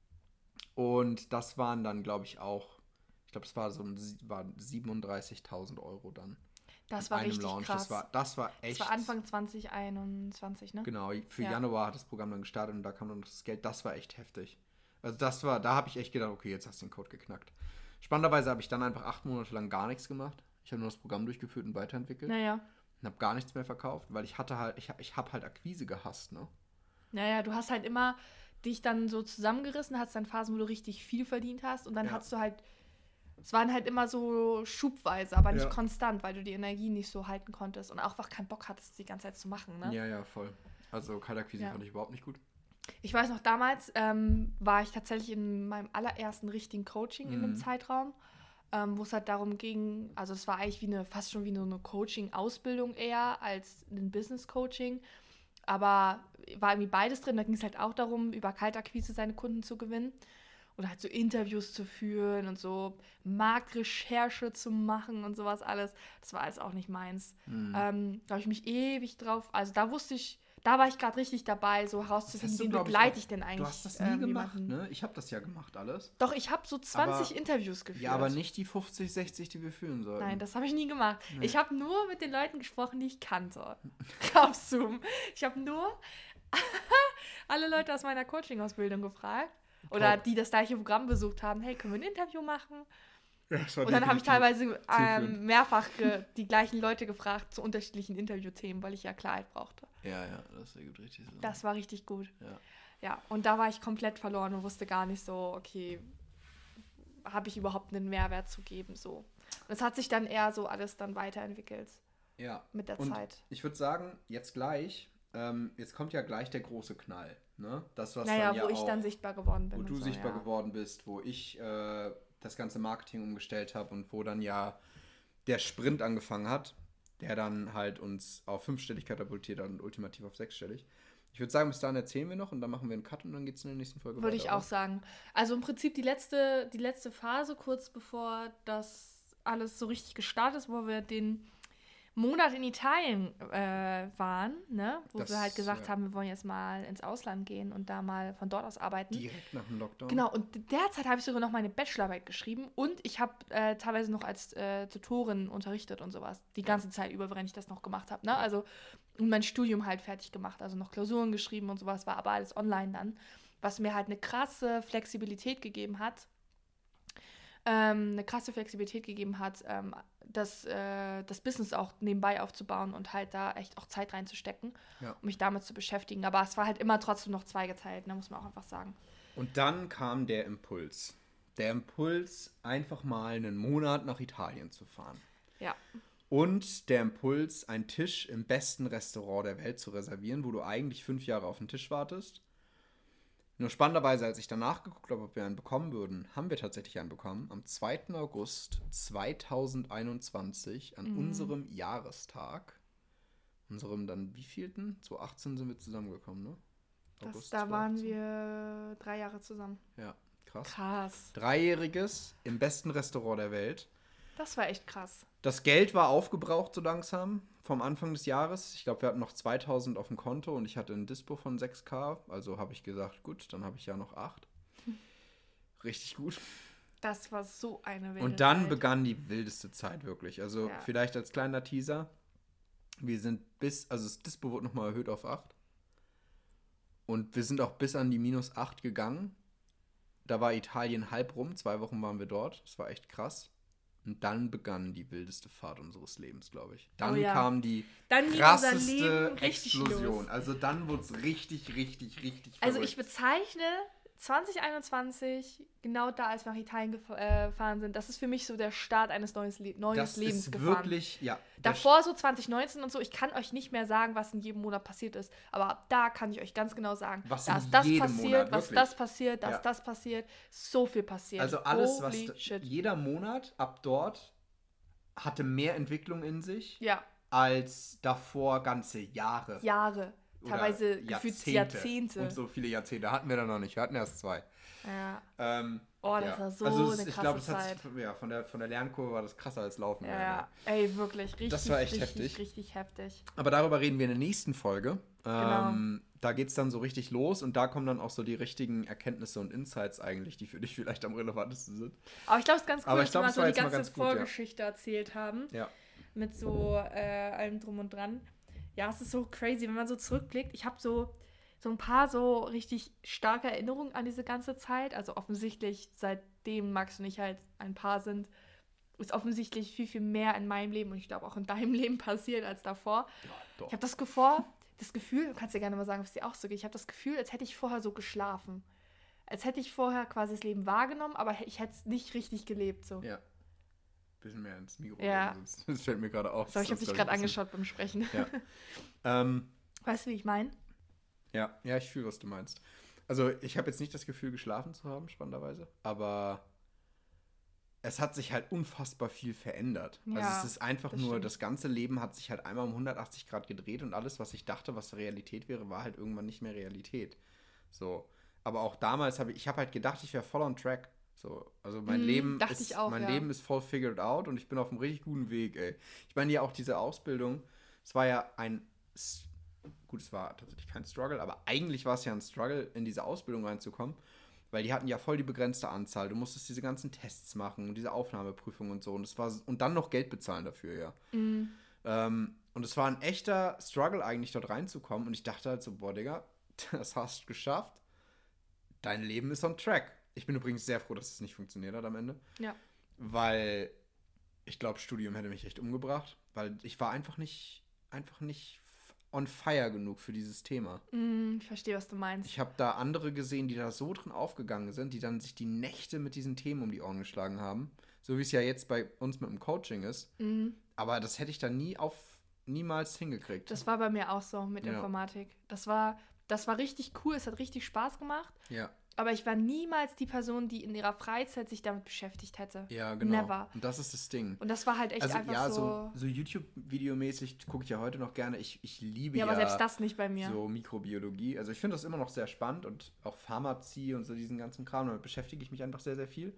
Und das waren dann, glaube ich, auch, ich glaube, es war so ein, waren siebenunddreißigtausend Euro dann. Das mit war einem richtig Launch. krass. Das war, das war echt. Das war Anfang zwanzig einundzwanzig, ne? Genau, für Ja. Januar hat das Programm dann gestartet und da kam dann noch das Geld. Das war echt heftig. Also das war, da habe ich echt gedacht, okay, jetzt hast du den Code geknackt. Spannenderweise habe ich dann einfach acht Monate lang gar nichts gemacht. Ich habe nur das Programm durchgeführt und weiterentwickelt. Naja. Und habe gar nichts mehr verkauft, weil ich hatte halt, ich, ich habe halt Akquise gehasst, ne? Naja, du hast halt immer dich dann so zusammengerissen, hast dann Phasen, wo du richtig viel verdient hast und dann Ja. hast du halt, es waren halt immer so schubweise, aber nicht Ja. konstant, weil du die Energie nicht so halten konntest und auch einfach keinen Bock hattest, die ganze Zeit zu machen, ne? Ja, ja, voll. Also Kaltakquise Ja. fand ich überhaupt nicht gut. Ich weiß noch, damals ähm, war ich tatsächlich in meinem allerersten richtigen Coaching in dem Mhm. Zeitraum, ähm, wo es halt darum ging, also es war eigentlich wie eine, fast schon wie so eine Coaching-Ausbildung eher als ein Business-Coaching, aber war irgendwie beides drin. Da ging es halt auch darum, über Kaltakquise seine Kunden zu gewinnen oder halt so Interviews zu führen und so Marktrecherche zu machen und sowas alles. Das war alles auch nicht meins. Mhm. Ähm, da habe ich mich ewig drauf, also da wusste ich, da war ich gerade richtig dabei, so herauszufinden, hast du, wen glaub ich, begleite auch- ich denn eigentlich. Du hast das nie ähm, gemacht, jemanden. ne? Ich habe das ja gemacht, alles. Doch, ich habe so zwanzig Aber- Interviews geführt. Ja, aber nicht die fünfzig, sechzig, die wir führen sollten. Nein, das habe ich nie gemacht. Nee. Ich habe nur mit den Leuten gesprochen, die ich kannte. Auf Zoom. Ich habe nur alle Leute aus meiner Coaching-Ausbildung gefragt. Oder Top. die das gleiche Programm besucht haben. Hey, können wir ein Interview machen? Ja, das war Und dann habe ich definitiv teilweise zielführend. ähm, mehrfach ge die gleichen Leute gefragt zu unterschiedlichen Interviewthemen, weil ich ja Klarheit brauchte. Ja, ja, das ergibt richtig so. Das war richtig gut. Ja. Ja, und da war ich komplett verloren und wusste gar nicht so, okay, habe ich überhaupt einen Mehrwert zu geben, so. Es hat sich dann eher so alles dann weiterentwickelt. Ja. Mit der und Zeit. Ich würde sagen, jetzt gleich, ähm, jetzt kommt ja gleich der große Knall. Ne? Das, was naja, dann ja wo ich auch, dann sichtbar geworden bin. Wo du so, sichtbar ja. geworden bist, wo ich äh, das ganze Marketing umgestellt habe und wo dann ja der Sprint angefangen hat, der dann halt uns auf fünfstellig katapultiert hat und ultimativ auf sechsstellig. Ich würde sagen, bis dahin erzählen wir noch und dann machen wir einen Cut und dann geht es in der nächsten Folge Würde weiter. ich auch sagen. Also im Prinzip die letzte, die letzte Phase, kurz bevor das alles so richtig gestartet ist, wo wir den Monat in Italien äh, waren, ne? Wo Das, wir halt gesagt ja. haben, wir wollen jetzt mal ins Ausland gehen und da mal von dort aus arbeiten. Direkt nach dem Lockdown. Genau, und derzeit habe ich sogar noch meine Bachelorarbeit geschrieben und ich habe äh, teilweise noch als äh, Tutorin unterrichtet und sowas. Die ganze Zeit über, während ich das noch gemacht habe, ne? Also und mein Studium halt fertig gemacht, also noch Klausuren geschrieben und sowas, war aber alles online dann, was mir halt eine krasse Flexibilität gegeben hat, ähm, eine krasse Flexibilität gegeben hat, ähm, das, äh, das Business auch nebenbei aufzubauen und halt da echt auch Zeit reinzustecken, Ja. um mich damit zu beschäftigen. Aber es war halt immer trotzdem noch zweigeteilt, ne, muss man auch einfach sagen. Und dann kam der Impuls. Der Impuls, einfach mal einen Monat nach Italien zu fahren. Ja. Und der Impuls, einen Tisch im besten Restaurant der Welt zu reservieren, wo du eigentlich fünf Jahre auf den Tisch wartest. Nur spannenderweise, als ich danach geguckt habe, ob wir einen bekommen würden, haben wir tatsächlich einen bekommen. Am zweiten August zweitausendeinundzwanzig, an mhm. unserem Jahrestag. Unserem dann wievielten? zweitausendachtzehn sind wir zusammengekommen, ne? Das, da waren wir drei Jahre zusammen. Ja, krass. Krass. Dreijähriges im besten Restaurant der Welt. Das war echt krass. Das Geld war aufgebraucht so langsam vom Anfang des Jahres. Ich glaube, wir hatten noch zweitausend auf dem Konto und ich hatte ein Dispo von sechs K. Also habe ich gesagt, gut, dann habe ich ja noch acht. Richtig gut. Das war so eine wilde Und dann Zeit. begann die wildeste Zeit wirklich. Also ja. vielleicht als kleiner Teaser. Wir sind bis, also das Dispo wurde nochmal erhöht auf acht. Und wir sind auch bis an die minus acht gegangen. Da war Italien halb rum. Zwei Wochen waren wir dort. Das war echt krass. Und dann begann die wildeste Fahrt unseres Lebens, glaube ich. Dann oh ja. kam die dann krasseste Explosion. Los. Also dann wurde es richtig, richtig, richtig verrückt. Also ich bezeichne zwanzig einundzwanzig, genau da, als wir nach Italien gef- äh, gefahren sind, das ist für mich so der Start eines neues Le- neues das Lebens ist gefahren. Wirklich, ja. Davor so zwanzig neunzehn und so, ich kann euch nicht mehr sagen, was in jedem Monat passiert ist, aber ab da kann ich euch ganz genau sagen, was da ist das passiert, Monat, was wirklich. das passiert, da ja. ist das passiert, so viel passiert. Also alles, Holy was shit. jeder Monat ab dort hatte mehr Entwicklung in sich, ja. als davor ganze Jahre. Jahre. Teilweise gefühlt Jahrzehnte. Und so viele Jahrzehnte hatten wir da noch nicht. Wir hatten erst zwei. Ja. Ähm, oh, das ja. war so also eine krasse ich glaube, Zeit. Ja, von der, von der Lernkurve war das krasser als Laufen. Ja, ja. ey, wirklich. Richtig, das war echt richtig, heftig. richtig heftig. Aber darüber reden wir in der nächsten Folge. Genau. Ähm, da geht es dann so richtig los und da kommen dann auch so die richtigen Erkenntnisse und Insights eigentlich, die für dich vielleicht am relevantesten sind. Aber ich glaube, es ist ganz cool, dass glaub, wir mal so die ganze gut, Vorgeschichte ja. erzählt haben. Ja. Mit so äh, allem drum und dran. Ja, es ist so crazy, wenn man so zurückblickt. Ich habe so, so ein paar so richtig starke Erinnerungen an diese ganze Zeit. Also offensichtlich, seitdem Max und ich halt ein Paar sind, ist offensichtlich viel, viel mehr in meinem Leben und ich glaube auch in deinem Leben passiert als davor. Ja, doch. Ich habe das Gefühl, das Gefühl, du kannst dir gerne mal sagen, ob es dir auch so geht, ich habe das Gefühl, als hätte ich vorher so geschlafen. Als hätte ich vorher quasi das Leben wahrgenommen, aber ich hätte es nicht richtig gelebt. So. Ja. Bisschen mehr ins Mikro. Ja. Sonst, das fällt mir gerade auf. So, ich habe dich gerade angeschaut beim Sprechen. Ja. ähm, weißt du, wie ich meine? Ja, ja, ich fühle, was du meinst. Also ich habe jetzt nicht das Gefühl, geschlafen zu haben, spannenderweise, aber es hat sich halt unfassbar viel verändert. Ja, also es ist einfach das nur, stimmt. das ganze Leben hat sich halt einmal um hundertachtzig Grad gedreht und alles, was ich dachte, was Realität wäre, war halt irgendwann nicht mehr Realität. So, aber auch damals habe ich, ich habe halt gedacht, ich wäre voll on track. So, also mein Mm, Leben dachte ist, ich auch, mein ja. Leben ist voll figured out und ich bin auf einem richtig guten Weg, ey. Ich meine ja auch diese Ausbildung, es war ja ein, gut, es war tatsächlich kein Struggle, aber eigentlich war es ja ein Struggle, in diese Ausbildung reinzukommen, weil die hatten ja voll die begrenzte Anzahl. Du musstest diese ganzen Tests machen und diese Aufnahmeprüfung und so und es war und dann noch Geld bezahlen dafür, ja. Mm. Ähm, und es war ein echter Struggle eigentlich dort reinzukommen und ich dachte halt so, boah, Digga, das hast du geschafft. Dein Leben ist on track. Ich bin übrigens sehr froh, dass es nicht funktioniert hat am Ende. Ja. Weil ich glaube, Studium hätte mich echt umgebracht, weil ich war einfach nicht, einfach nicht on fire genug für dieses Thema. Mm, ich verstehe, was du meinst. Ich habe da andere gesehen, die da so drin aufgegangen sind, die dann sich die Nächte mit diesen Themen um die Ohren geschlagen haben. so wie es ja jetzt bei uns mit dem Coaching ist. Mhm. Aber das hätte ich dann nie auf, niemals hingekriegt. Das war bei mir auch so mit Ja. Informatik. Das war, das war richtig cool, es hat richtig Spaß gemacht. Ja. Aber ich war niemals die Person, die in ihrer Freizeit sich damit beschäftigt hätte. Ja, genau. Never. Und das ist das Ding. Und das war halt echt Also einfach ja, so... so, so YouTube-Videomäßig gucke ich ja heute noch gerne. Ich, ich liebe Ja, ja, aber selbst das nicht bei mir. so Mikrobiologie. Also ich finde das immer noch sehr spannend und auch Pharmazie und so diesen ganzen Kram. Damit beschäftige ich mich einfach sehr, sehr viel.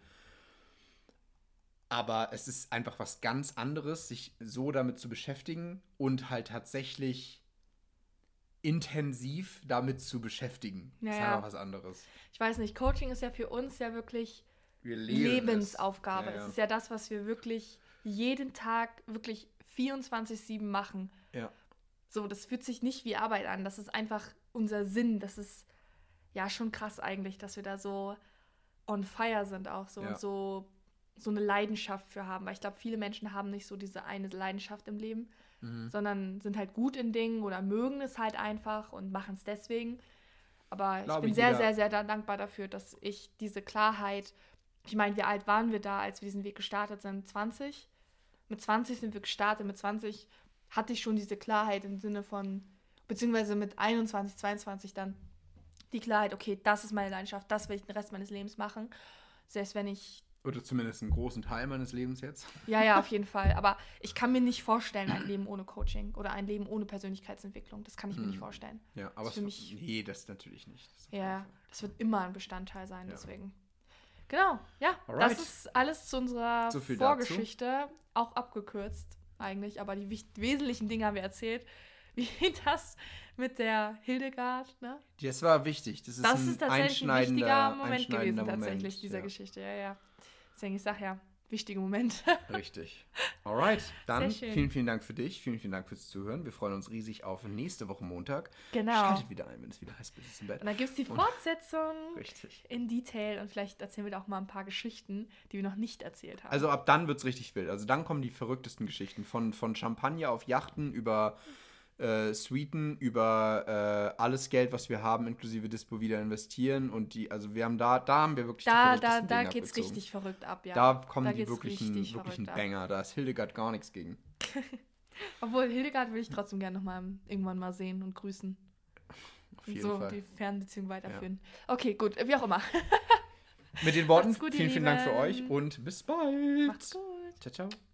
Aber es ist einfach was ganz anderes, sich so damit zu beschäftigen und halt tatsächlich intensiv damit zu beschäftigen. Ja, das ist ja. einfach was anderes. Ich weiß nicht, Coaching ist ja für uns ja wirklich Wir leben Lebensaufgabe. es. Ja, ja. Es ist ja das, was wir wirklich jeden Tag wirklich vierundzwanzig sieben machen. Ja. So, das fühlt sich nicht wie Arbeit an. Das ist einfach unser Sinn. Das ist ja schon krass eigentlich, dass wir da so on fire sind auch so Ja. und so, so eine Leidenschaft für haben. Weil ich glaube, viele Menschen haben nicht so diese eine Leidenschaft im Leben, Mhm. sondern sind halt gut in Dingen oder mögen es halt einfach und machen es deswegen. Aber ich Glaube, bin sehr, jeder- sehr, sehr da- dankbar dafür, dass ich diese Klarheit, ich meine, wie alt waren wir da, als wir diesen Weg gestartet sind? zwanzig? Mit zwanzig sind wir gestartet, mit zwanzig hatte ich schon diese Klarheit im Sinne von, beziehungsweise mit einundzwanzig, zweiundzwanzig dann die Klarheit, okay, das ist meine Leidenschaft, das will ich den Rest meines Lebens machen. Selbst wenn ich Oder zumindest einen großen Teil meines Lebens jetzt. Ja, ja, auf jeden Fall. Aber ich kann mir nicht vorstellen, ein Leben ohne Coaching oder ein Leben ohne Persönlichkeitsentwicklung. Das kann ich mir Hm. nicht vorstellen. Ja, aber Das es für mich- nee, das natürlich nicht. Das auf jeden Ja, Fall. das wird immer ein Bestandteil sein, Ja. deswegen. Genau, ja, Alright. das ist alles zu unserer So viel Vorgeschichte. Auch abgekürzt eigentlich, aber die wicht- wesentlichen Dinge haben wir erzählt. Wie das mit der Hildegard, ne? Das war wichtig. Das ist Das ein ist tatsächlich ein einschneidender, wichtiger Moment einschneidender gewesen, tatsächlich, Moment. dieser ja. Geschichte. Ja, ja. Deswegen, ich sag ja, wichtiger Moment. Richtig. Alright, dann Sehr schön. vielen, vielen Dank für dich. Vielen, vielen Dank fürs Zuhören. Wir freuen uns riesig auf nächste Woche Montag. Genau. Schaltet wieder ein, wenn es wieder heißt, bis es im Bett. Und dann gibt es die Und- Fortsetzung Richtig. in Detail und vielleicht erzählen wir da auch mal ein paar Geschichten, die wir noch nicht erzählt haben. Also ab dann wird es richtig wild. Also dann kommen die verrücktesten Geschichten. Von, von Champagner auf Yachten über äh, Suiten, über äh, alles Geld, was wir haben, inklusive Dispo wieder investieren. Und die, also wir haben da, da haben wir wirklich die da da, verrücktesten da Dinge geht's abgezogen. richtig verrückt ab, ja. Da kommen Da die geht's wirklichen, richtig wirklichen verrückt ab. Banger. Da ist Hildegard gar nichts gegen. Obwohl, Hildegard will ich trotzdem gerne nochmal irgendwann mal sehen und grüßen. Auf Und jeden so Fall. die Fernbeziehung weiterführen. Okay, gut, wie auch immer. Mit den Worten, Macht's gut, ihr vielen, vielen Dank für Lieben. euch und bis bald. Macht's gut. Ciao, ciao.